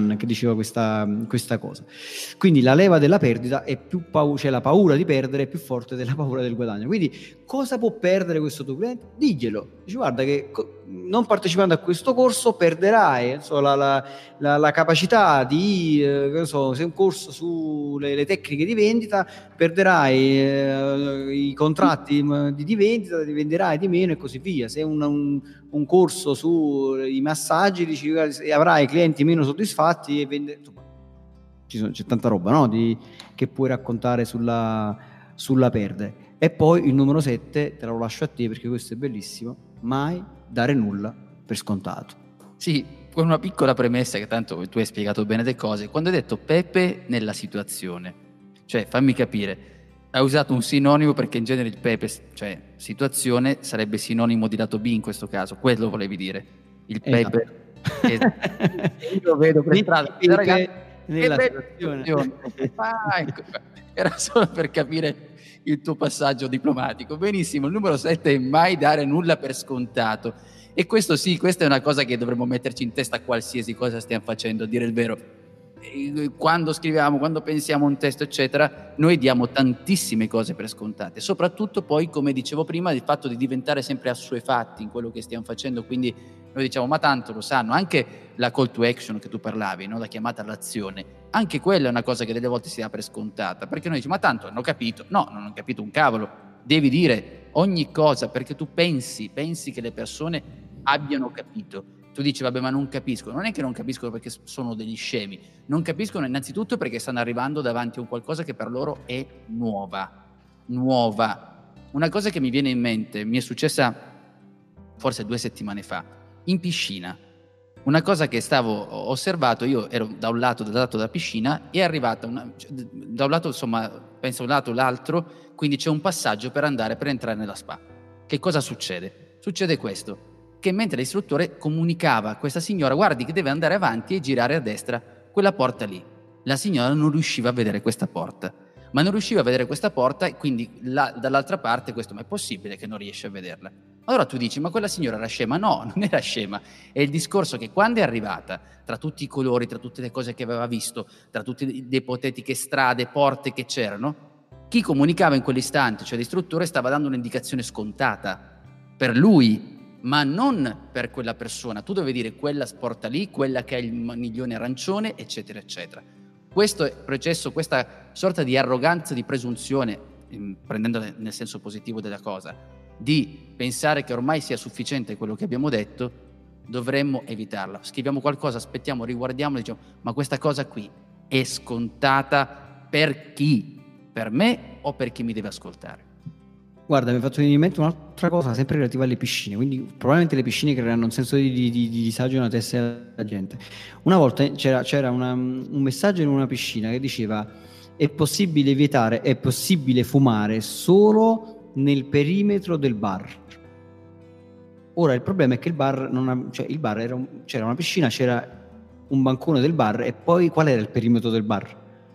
cosa. Quindi la leva della perdita è più cioè la paura di perdere è più forte della paura del guadagno. Quindi cosa può perdere questo tuo cliente? Diglielo. Dici, guarda che non partecipando a questo corso perderai la capacità di se è un corso sulle tecniche di vendita, perderai i contratti di vendita, ti venderai di meno e così via. Se è un corso sui massaggi, dici, avrai clienti meno soddisfatti e c'è tanta roba, no? Che puoi raccontare sulla perdere. E poi il numero 7 te lo lascio a te perché questo è bellissimo: mai dare nulla per scontato. Sì, con una piccola premessa, che tanto tu hai spiegato bene le cose. Quando hai detto Pepe nella situazione, cioè fammi capire, hai usato un sinonimo perché in genere il Pepe, cioè situazione, sarebbe sinonimo di lato B in questo caso, quello volevi dire, il Pepe. Io lo vedo per strada, ragazzi, nella situazione. Ecco. Era solo per capire il tuo passaggio diplomatico. Benissimo, il numero 7 è mai dare nulla per scontato. E questo sì, questa è una cosa che dovremmo metterci in testa qualsiasi cosa stiamo facendo, a dire il vero. quando scriviamo, quando pensiamo a un testo eccetera, noi diamo tantissime cose per scontate, soprattutto poi, come dicevo prima, il fatto di diventare sempre assuefatti in quello che stiamo facendo. Quindi noi diciamo ma tanto lo sanno. Anche la call to action che tu parlavi, no? La chiamata all'azione, anche quella è una cosa che delle volte si dà per scontata, perché noi diciamo ma tanto hanno capito. No, non hanno capito un cavolo, devi dire ogni cosa perché tu pensi che le persone abbiano capito. Tu dici vabbè ma non capiscono, non è che non capiscono perché sono degli scemi, non capiscono innanzitutto perché stanno arrivando davanti a un qualcosa che per loro è nuova. Una cosa che mi viene in mente, mi è successa forse 2 settimane fa, in piscina, una cosa che ho osservato, io ero da un lato della piscina, è arrivata da un lato, insomma, penso un lato o l'altro, quindi c'è un passaggio per entrare nella spa. Che cosa succede? Succede questo, che mentre l'istruttore comunicava a questa signora guardi che deve andare avanti e girare a destra quella porta lì, la signora non riusciva a vedere questa porta, e quindi dall'altra parte questo, ma è possibile che non riesce a vederla? Allora tu dici ma quella signora era scema? No, non era scema, è il discorso che quando è arrivata, tra tutti i colori, tra tutte le cose che aveva visto, tra tutte le ipotetiche strade, porte che c'erano, chi comunicava in quell'istante, cioè l'istruttore, stava dando un'indicazione scontata per lui, ma non per quella persona. Tu dovevi dire quella porta lì, quella che ha il maniglione arancione, eccetera eccetera. Questo processo, questa sorta di arroganza, di presunzione, prendendola nel senso positivo della cosa, di pensare che ormai sia sufficiente quello che abbiamo detto, dovremmo evitarla. Scriviamo qualcosa, aspettiamo, riguardiamo e diciamo ma questa cosa qui è scontata per chi? Per me o per chi mi deve ascoltare? Guarda, mi è fatto venire in mente un'altra cosa sempre relativa alle piscine, quindi probabilmente le piscine creeranno un senso di disagio nella testa della gente. Una volta c'era un messaggio in una piscina che diceva è possibile fumare solo nel perimetro del bar. Ora il problema è che il bar c'era una piscina, c'era un bancone del bar e poi qual era il perimetro del bar?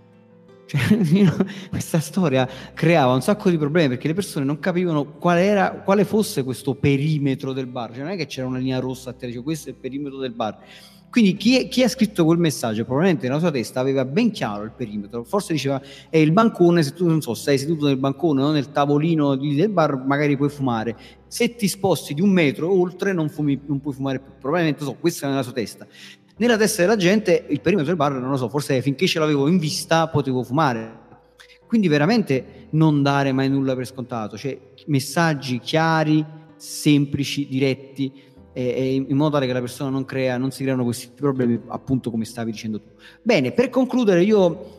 Questa storia creava un sacco di problemi perché le persone non capivano quale fosse questo perimetro del bar, non è che c'era una linea rossa a terra, questo è il perimetro del bar. Quindi chi ha scritto quel messaggio probabilmente nella sua testa aveva ben chiaro il perimetro, forse diceva è il bancone, se tu non so stai seduto nel bancone o nel tavolino del bar magari puoi fumare, se ti sposti di 1 metro oltre non puoi fumare più, probabilmente questa è nella sua testa. Nella testa della gente il perimetro del bar, non lo so, forse finché ce l'avevo in vista potevo fumare. Quindi veramente non dare mai nulla per scontato, cioè messaggi chiari, semplici, diretti, in modo tale che la persona non si creano questi problemi, appunto come stavi dicendo tu. Bene, per concludere io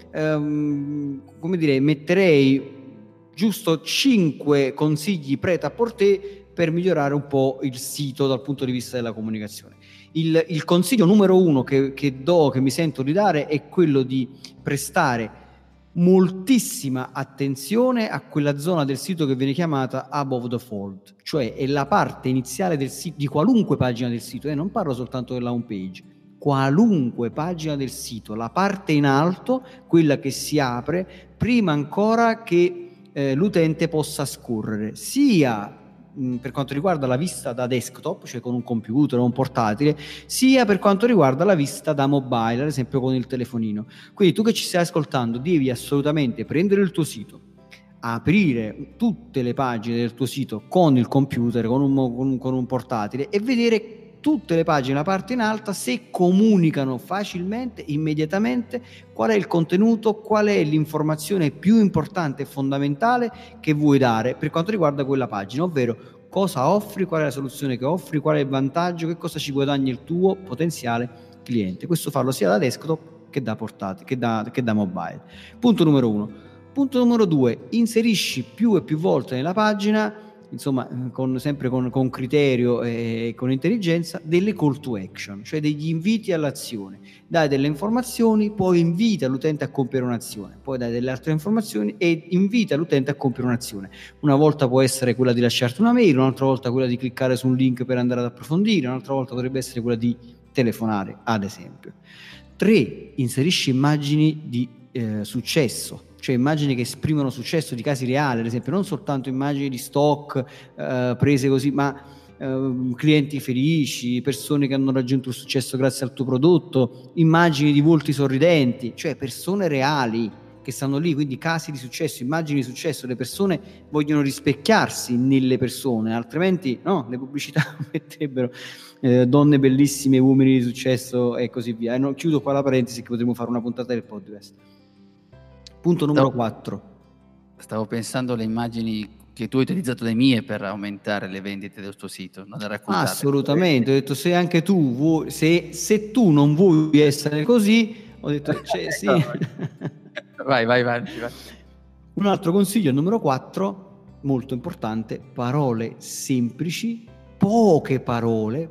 metterei giusto 5 consigli prêt-à-porter per migliorare un po' il sito dal punto di vista della comunicazione. Il consiglio numero 1 che mi sento di dare è quello di prestare moltissima attenzione a quella zona del sito che viene chiamata above the fold, cioè è la parte iniziale del sito, di qualunque pagina del sito, non parlo soltanto della home page, qualunque pagina del sito, la parte in alto, quella che si apre prima ancora che l'utente possa scorrere, sia per quanto riguarda la vista da desktop, cioè con un computer o un portatile, sia per quanto riguarda la vista da mobile, ad esempio con il telefonino. Quindi tu che ci stai ascoltando devi assolutamente prendere il tuo sito, aprire tutte le pagine del tuo sito con il computer, con un portatile e vedere tutte le pagine, la parte in alto, se comunicano facilmente, immediatamente, qual è il contenuto, qual è l'informazione più importante e fondamentale che vuoi dare per quanto riguarda quella pagina, ovvero cosa offri, qual è la soluzione che offri, qual è il vantaggio, che cosa ci guadagni il tuo potenziale cliente. Questo farlo sia da desktop che da portatile, che da mobile. Punto numero 1. Punto numero 2, inserisci più e più volte nella pagina, insomma sempre con criterio e con intelligenza, delle call to action, cioè degli inviti all'azione. Dai delle informazioni, poi invita l'utente a compiere un'azione, poi dai delle altre informazioni e invita l'utente a compiere un'azione. Una volta può essere quella di lasciarti una mail, un'altra volta quella di cliccare su un link per andare ad approfondire, un'altra volta potrebbe essere quella di telefonare, ad esempio. 3, inserisci immagini di successo, cioè immagini che esprimono successo di casi reali, ad esempio non soltanto immagini di stock prese così, ma clienti felici, persone che hanno raggiunto il successo grazie al tuo prodotto, immagini di volti sorridenti, cioè persone reali che stanno lì, quindi casi di successo, immagini di successo. Le persone vogliono rispecchiarsi nelle persone, altrimenti no, le pubblicità metterebbero donne bellissime, uomini di successo e così via. E chiudo qua la parentesi, che potremmo fare una puntata del podcast. Punto numero 4. Stavo pensando alle immagini che tu hai utilizzato le mie per aumentare le vendite del tuo sito, non le raccontate. Assolutamente, ho detto se anche tu vuoi, se tu non vuoi essere così, ho detto sì. Vai. Un altro consiglio, numero 4, molto importante: parole semplici, poche parole,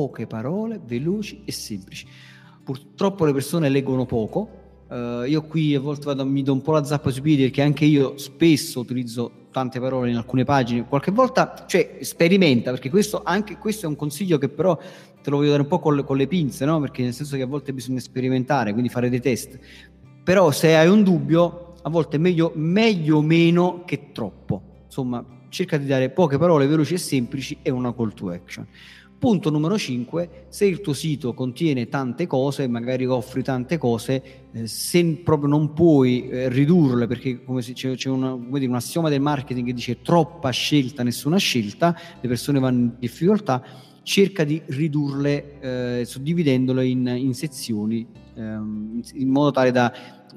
veloci e semplici. Purtroppo le persone leggono poco. Io qui a volte mi do un po' la zappa sui piedi, perché anche io spesso utilizzo tante parole in alcune pagine. Qualche volta, cioè, sperimenta, perché anche questo è un consiglio che però te lo voglio dare un po' con le pinze, no? Perché nel senso che a volte bisogna sperimentare, quindi fare dei test. Però se hai un dubbio, a volte è meglio meno che troppo. Insomma, cerca di dare poche parole veloci e semplici e una call to action. Punto numero 5, se il tuo sito contiene tante cose, magari offri tante cose, se proprio non puoi ridurle, perché come se c'è un assioma del marketing che dice troppa scelta, nessuna scelta, le persone vanno in difficoltà, cerca di ridurle suddividendole in sezioni, in modo tale da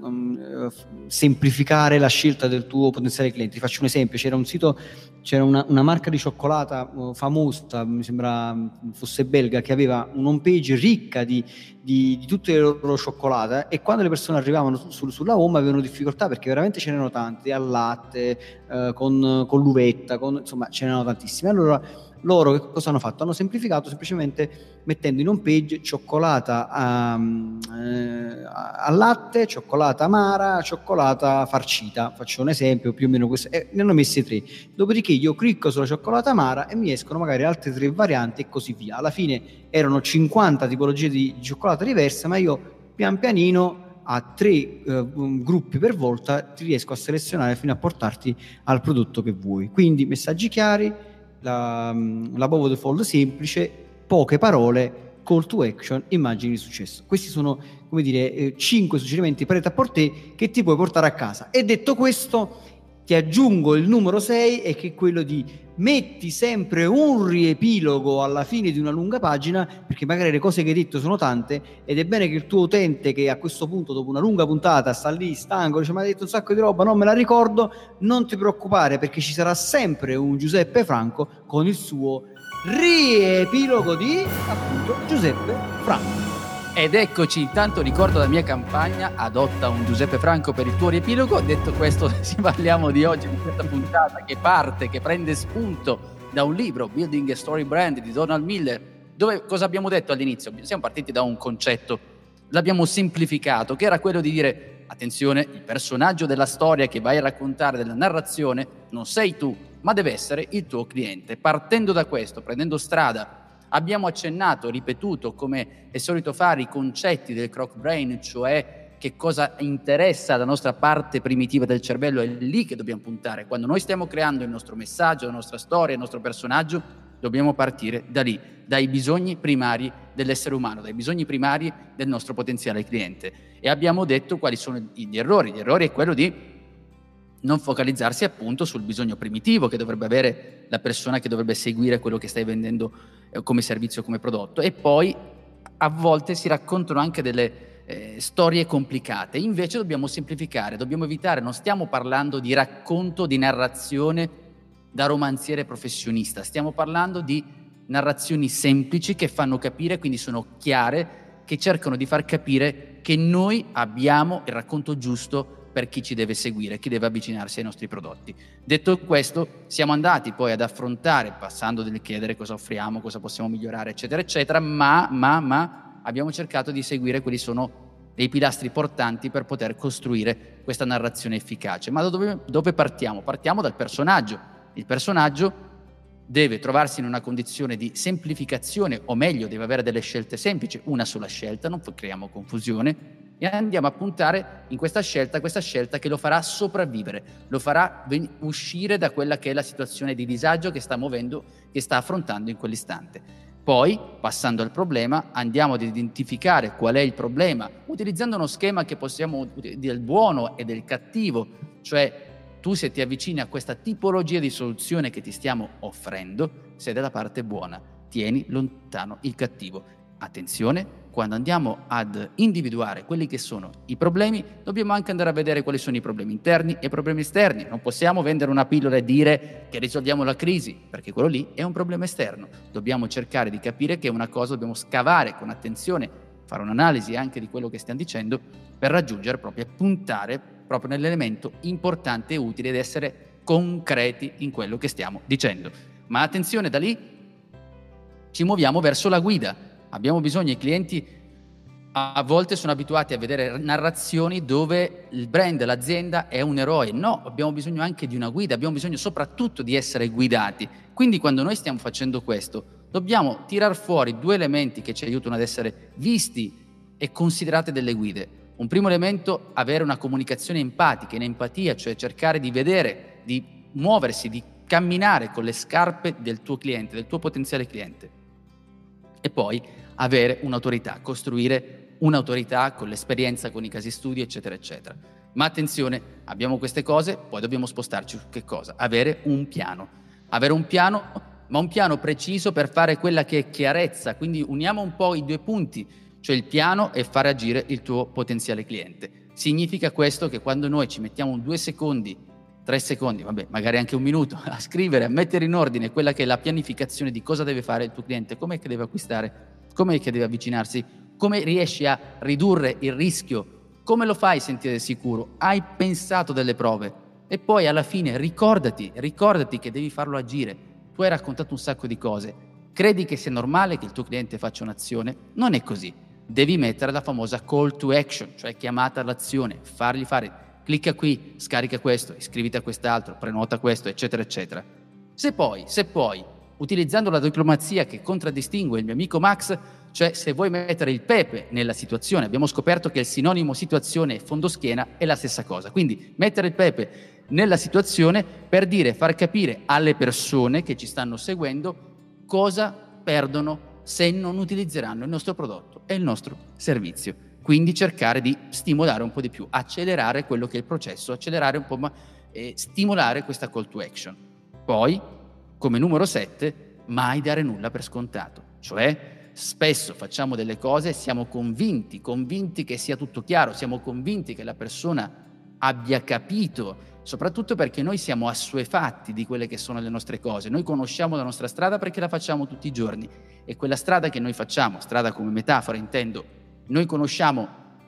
semplificare la scelta del tuo potenziale cliente. Ti faccio un esempio: c'era una marca di cioccolata famosa, mi sembra fosse belga, che aveva un'home page ricca di tutte le loro cioccolate, e quando le persone arrivavano sulla home avevano difficoltà, perché veramente ce n'erano tante, al latte, con l'uvetta, insomma ce n'erano tantissime. Allora loro che cosa hanno fatto? Hanno semplificato semplicemente mettendo in home page cioccolata al latte, cioccolata amara, cioccolata farcita. Faccio un esempio, più o meno questo, ne hanno messe 3. Dopodiché io clicco sulla cioccolata amara e mi escono magari altre 3 varianti e così via. Alla fine erano 50 tipologie di cioccolata diverse, ma io pian pianino a 3 gruppi per volta ti riesco a selezionare fino a portarti al prodotto che vuoi. Quindi messaggi chiari, la above the fold semplice, poche parole, call to action, immagini di successo. Questi sono, come dire, 5 suggerimenti prêt-à-porter che ti puoi portare a casa. E detto questo, ti aggiungo il numero 6, e che è quello di metti sempre un riepilogo alla fine di una lunga pagina, perché magari le cose che hai detto sono tante ed è bene che il tuo utente, che a questo punto dopo una lunga puntata sta lì stanco, dice: ma hai detto un sacco di roba, non me la ricordo. Non ti preoccupare, perché ci sarà sempre un Giuseppe Franco con il suo riepilogo di, appunto, Giuseppe Franco. Ed eccoci, intanto ricordo la mia campagna: adotta un Giuseppe Franco per il tuo riepilogo. Detto questo, parliamo di oggi, di questa puntata che prende spunto da un libro, Building a Story Brand, di Donald Miller, dove cosa abbiamo detto all'inizio? Siamo partiti da un concetto, l'abbiamo semplificato, che era quello di dire: attenzione, il personaggio della storia che vai a raccontare, della narrazione, non sei tu, ma deve essere il tuo cliente. Partendo da questo, prendendo strada, abbiamo accennato, ripetuto, come è solito fare, i concetti del croc brain, cioè che cosa interessa la nostra parte primitiva del cervello. È lì che dobbiamo puntare. Quando noi stiamo creando il nostro messaggio, la nostra storia, il nostro personaggio, dobbiamo partire da lì, dai bisogni primari dell'essere umano, dai bisogni primari del nostro potenziale cliente. E abbiamo detto quali sono gli errori. Gli errori è quello di non focalizzarsi appunto sul bisogno primitivo che dovrebbe avere la persona che dovrebbe seguire quello che stai vendendo come servizio, come prodotto. E poi a volte si raccontano anche delle storie complicate. Invece dobbiamo semplificare, dobbiamo evitare. Non stiamo parlando di racconto, di narrazione da romanziere professionista, stiamo parlando di narrazioni semplici che fanno capire, quindi sono chiare, che cercano di far capire che noi abbiamo il racconto giusto per chi ci deve seguire, chi deve avvicinarsi ai nostri prodotti. Detto questo, siamo andati poi ad affrontare, passando del chiedere cosa offriamo, cosa possiamo migliorare, eccetera, eccetera, ma abbiamo cercato di seguire quelli sono dei pilastri portanti per poter costruire questa narrazione efficace. Ma da dove partiamo? Partiamo dal personaggio. Il personaggio deve trovarsi in una condizione di semplificazione, o meglio, deve avere delle scelte semplici, una sola scelta, non creiamo confusione. e andiamo a puntare in questa scelta che lo farà sopravvivere, lo farà uscire da quella che è la situazione di disagio che sta affrontando in quell'istante. Poi, passando al problema, andiamo ad identificare qual è il problema, utilizzando uno schema che possiamo del buono e del cattivo, cioè tu, se ti avvicini a questa tipologia di soluzione che ti stiamo offrendo, sei dalla parte buona, tieni lontano il cattivo. Attenzione, quando andiamo ad individuare quelli che sono i problemi, dobbiamo anche andare a vedere quali sono i problemi interni e i problemi esterni. Non possiamo vendere una pillola e dire che risolviamo la crisi, perché quello lì è un problema esterno. Dobbiamo cercare di capire che è una cosa, dobbiamo scavare con attenzione, fare un'analisi anche di quello che stiamo dicendo per raggiungere proprio, puntare proprio nell'elemento importante e utile ed essere concreti in quello che stiamo dicendo. Ma attenzione, da lì ci muoviamo verso la guida. Abbiamo bisogno, i clienti a volte sono abituati a vedere narrazioni dove il brand, l'azienda è un eroe. No, abbiamo bisogno anche di una guida, abbiamo bisogno soprattutto di essere guidati. Quindi quando noi stiamo facendo questo, dobbiamo tirar fuori 2 elementi che ci aiutano ad essere visti e considerate delle guide. Un primo elemento, avere una comunicazione empatica, in empatia, cioè cercare di vedere, di muoversi, di camminare con le scarpe del tuo cliente, del tuo potenziale cliente. E poi avere un'autorità, costruire un'autorità con l'esperienza, con i casi studio, eccetera, eccetera. Ma attenzione, abbiamo queste cose, poi dobbiamo spostarci su che cosa? Avere un piano, ma un piano preciso per fare quella che è chiarezza. Quindi uniamo un po' i 2 punti, cioè il piano e fare agire il tuo potenziale cliente. Significa questo che quando noi ci mettiamo 2 secondi, 3 secondi, magari anche 1 minuto, a scrivere, a mettere in ordine quella che è la pianificazione di cosa deve fare il tuo cliente, com'è che deve acquistare, com'è che deve avvicinarsi, come riesci a ridurre il rischio, come lo fai sentire sicuro, hai pensato delle prove e poi alla fine ricordati che devi farlo agire. Tu hai raccontato un sacco di cose, credi che sia normale che il tuo cliente faccia un'azione? Non è così, devi mettere la famosa call to action, cioè chiamata all'azione, fargli fare clicca qui, scarica questo, iscriviti a quest'altro, prenota questo, eccetera, eccetera. Se poi, utilizzando la diplomazia che contraddistingue il mio amico Max, cioè se vuoi mettere il pepe nella situazione, abbiamo scoperto che il sinonimo situazione e fondoschiena è la stessa cosa. Quindi mettere il pepe nella situazione per far capire alle persone che ci stanno seguendo cosa perdono se non utilizzeranno il nostro prodotto e il nostro servizio. Quindi cercare di stimolare un po' di più, accelerare quello che è il processo, accelerare un po', stimolare questa call to action. Poi, come numero 7, mai dare nulla per scontato. Cioè, spesso facciamo delle cose e siamo convinti che sia tutto chiaro, siamo convinti che la persona abbia capito, soprattutto perché noi siamo assuefatti di quelle che sono le nostre cose. Noi conosciamo la nostra strada perché la facciamo tutti i giorni e quella strada che noi facciamo, strada come metafora intendo, noi conosciamo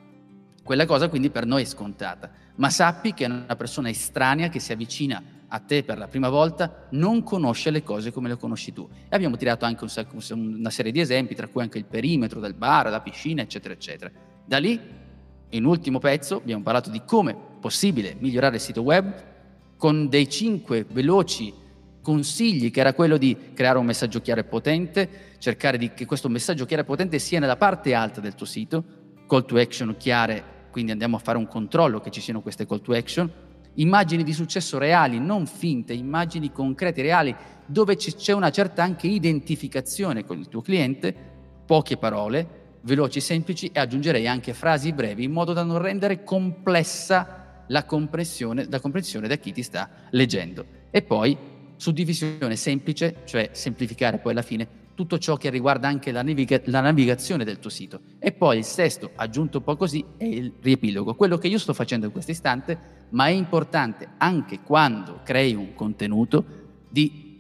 quella cosa, quindi per noi è scontata, ma sappi che una persona estranea che si avvicina a te per la prima volta non conosce le cose come le conosci tu. E abbiamo tirato anche una serie di esempi, tra cui anche il perimetro del bar, la piscina, eccetera, eccetera. Da lì, in ultimo pezzo, abbiamo parlato di come è possibile migliorare il sito web con dei 5 veloci consigli, che era quello di creare un messaggio chiaro e potente, cercare che questo messaggio chiaro e potente sia nella parte alta del tuo sito, call to action chiare, quindi andiamo a fare un controllo che ci siano queste call to action, immagini di successo reali, non finte, immagini concrete, reali, dove c'è una certa anche identificazione con il tuo cliente, poche parole, veloci, semplici, e aggiungerei anche frasi brevi in modo da non rendere complessa la comprensione da chi ti sta leggendo. E poi suddivisione semplice, cioè semplificare poi alla fine tutto ciò che riguarda anche la navigazione del tuo sito. E poi il sesto, aggiunto un po' così, è il riepilogo, quello che io sto facendo in questo istante, ma è importante anche quando crei un contenuto di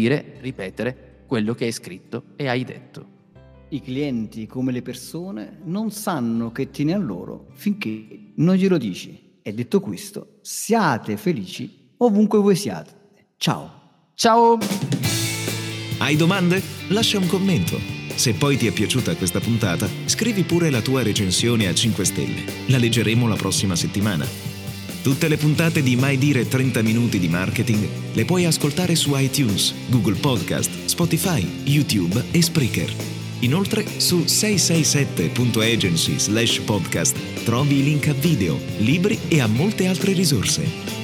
ripetere quello che hai scritto e hai detto. I clienti, come le persone, non sanno che tieni a loro finché non glielo dici. E detto questo, siate felici ovunque voi siate. Ciao! Ciao! Hai domande? Lascia un commento. Se poi ti è piaciuta questa puntata, scrivi pure la tua recensione a 5 stelle. La leggeremo la prossima settimana. Tutte le puntate di Mai Dire 30 Minuti di Marketing le puoi ascoltare su iTunes, Google Podcast, Spotify, YouTube e Spreaker. Inoltre su 667.agency/podcast trovi i link a video, libri e a molte altre risorse.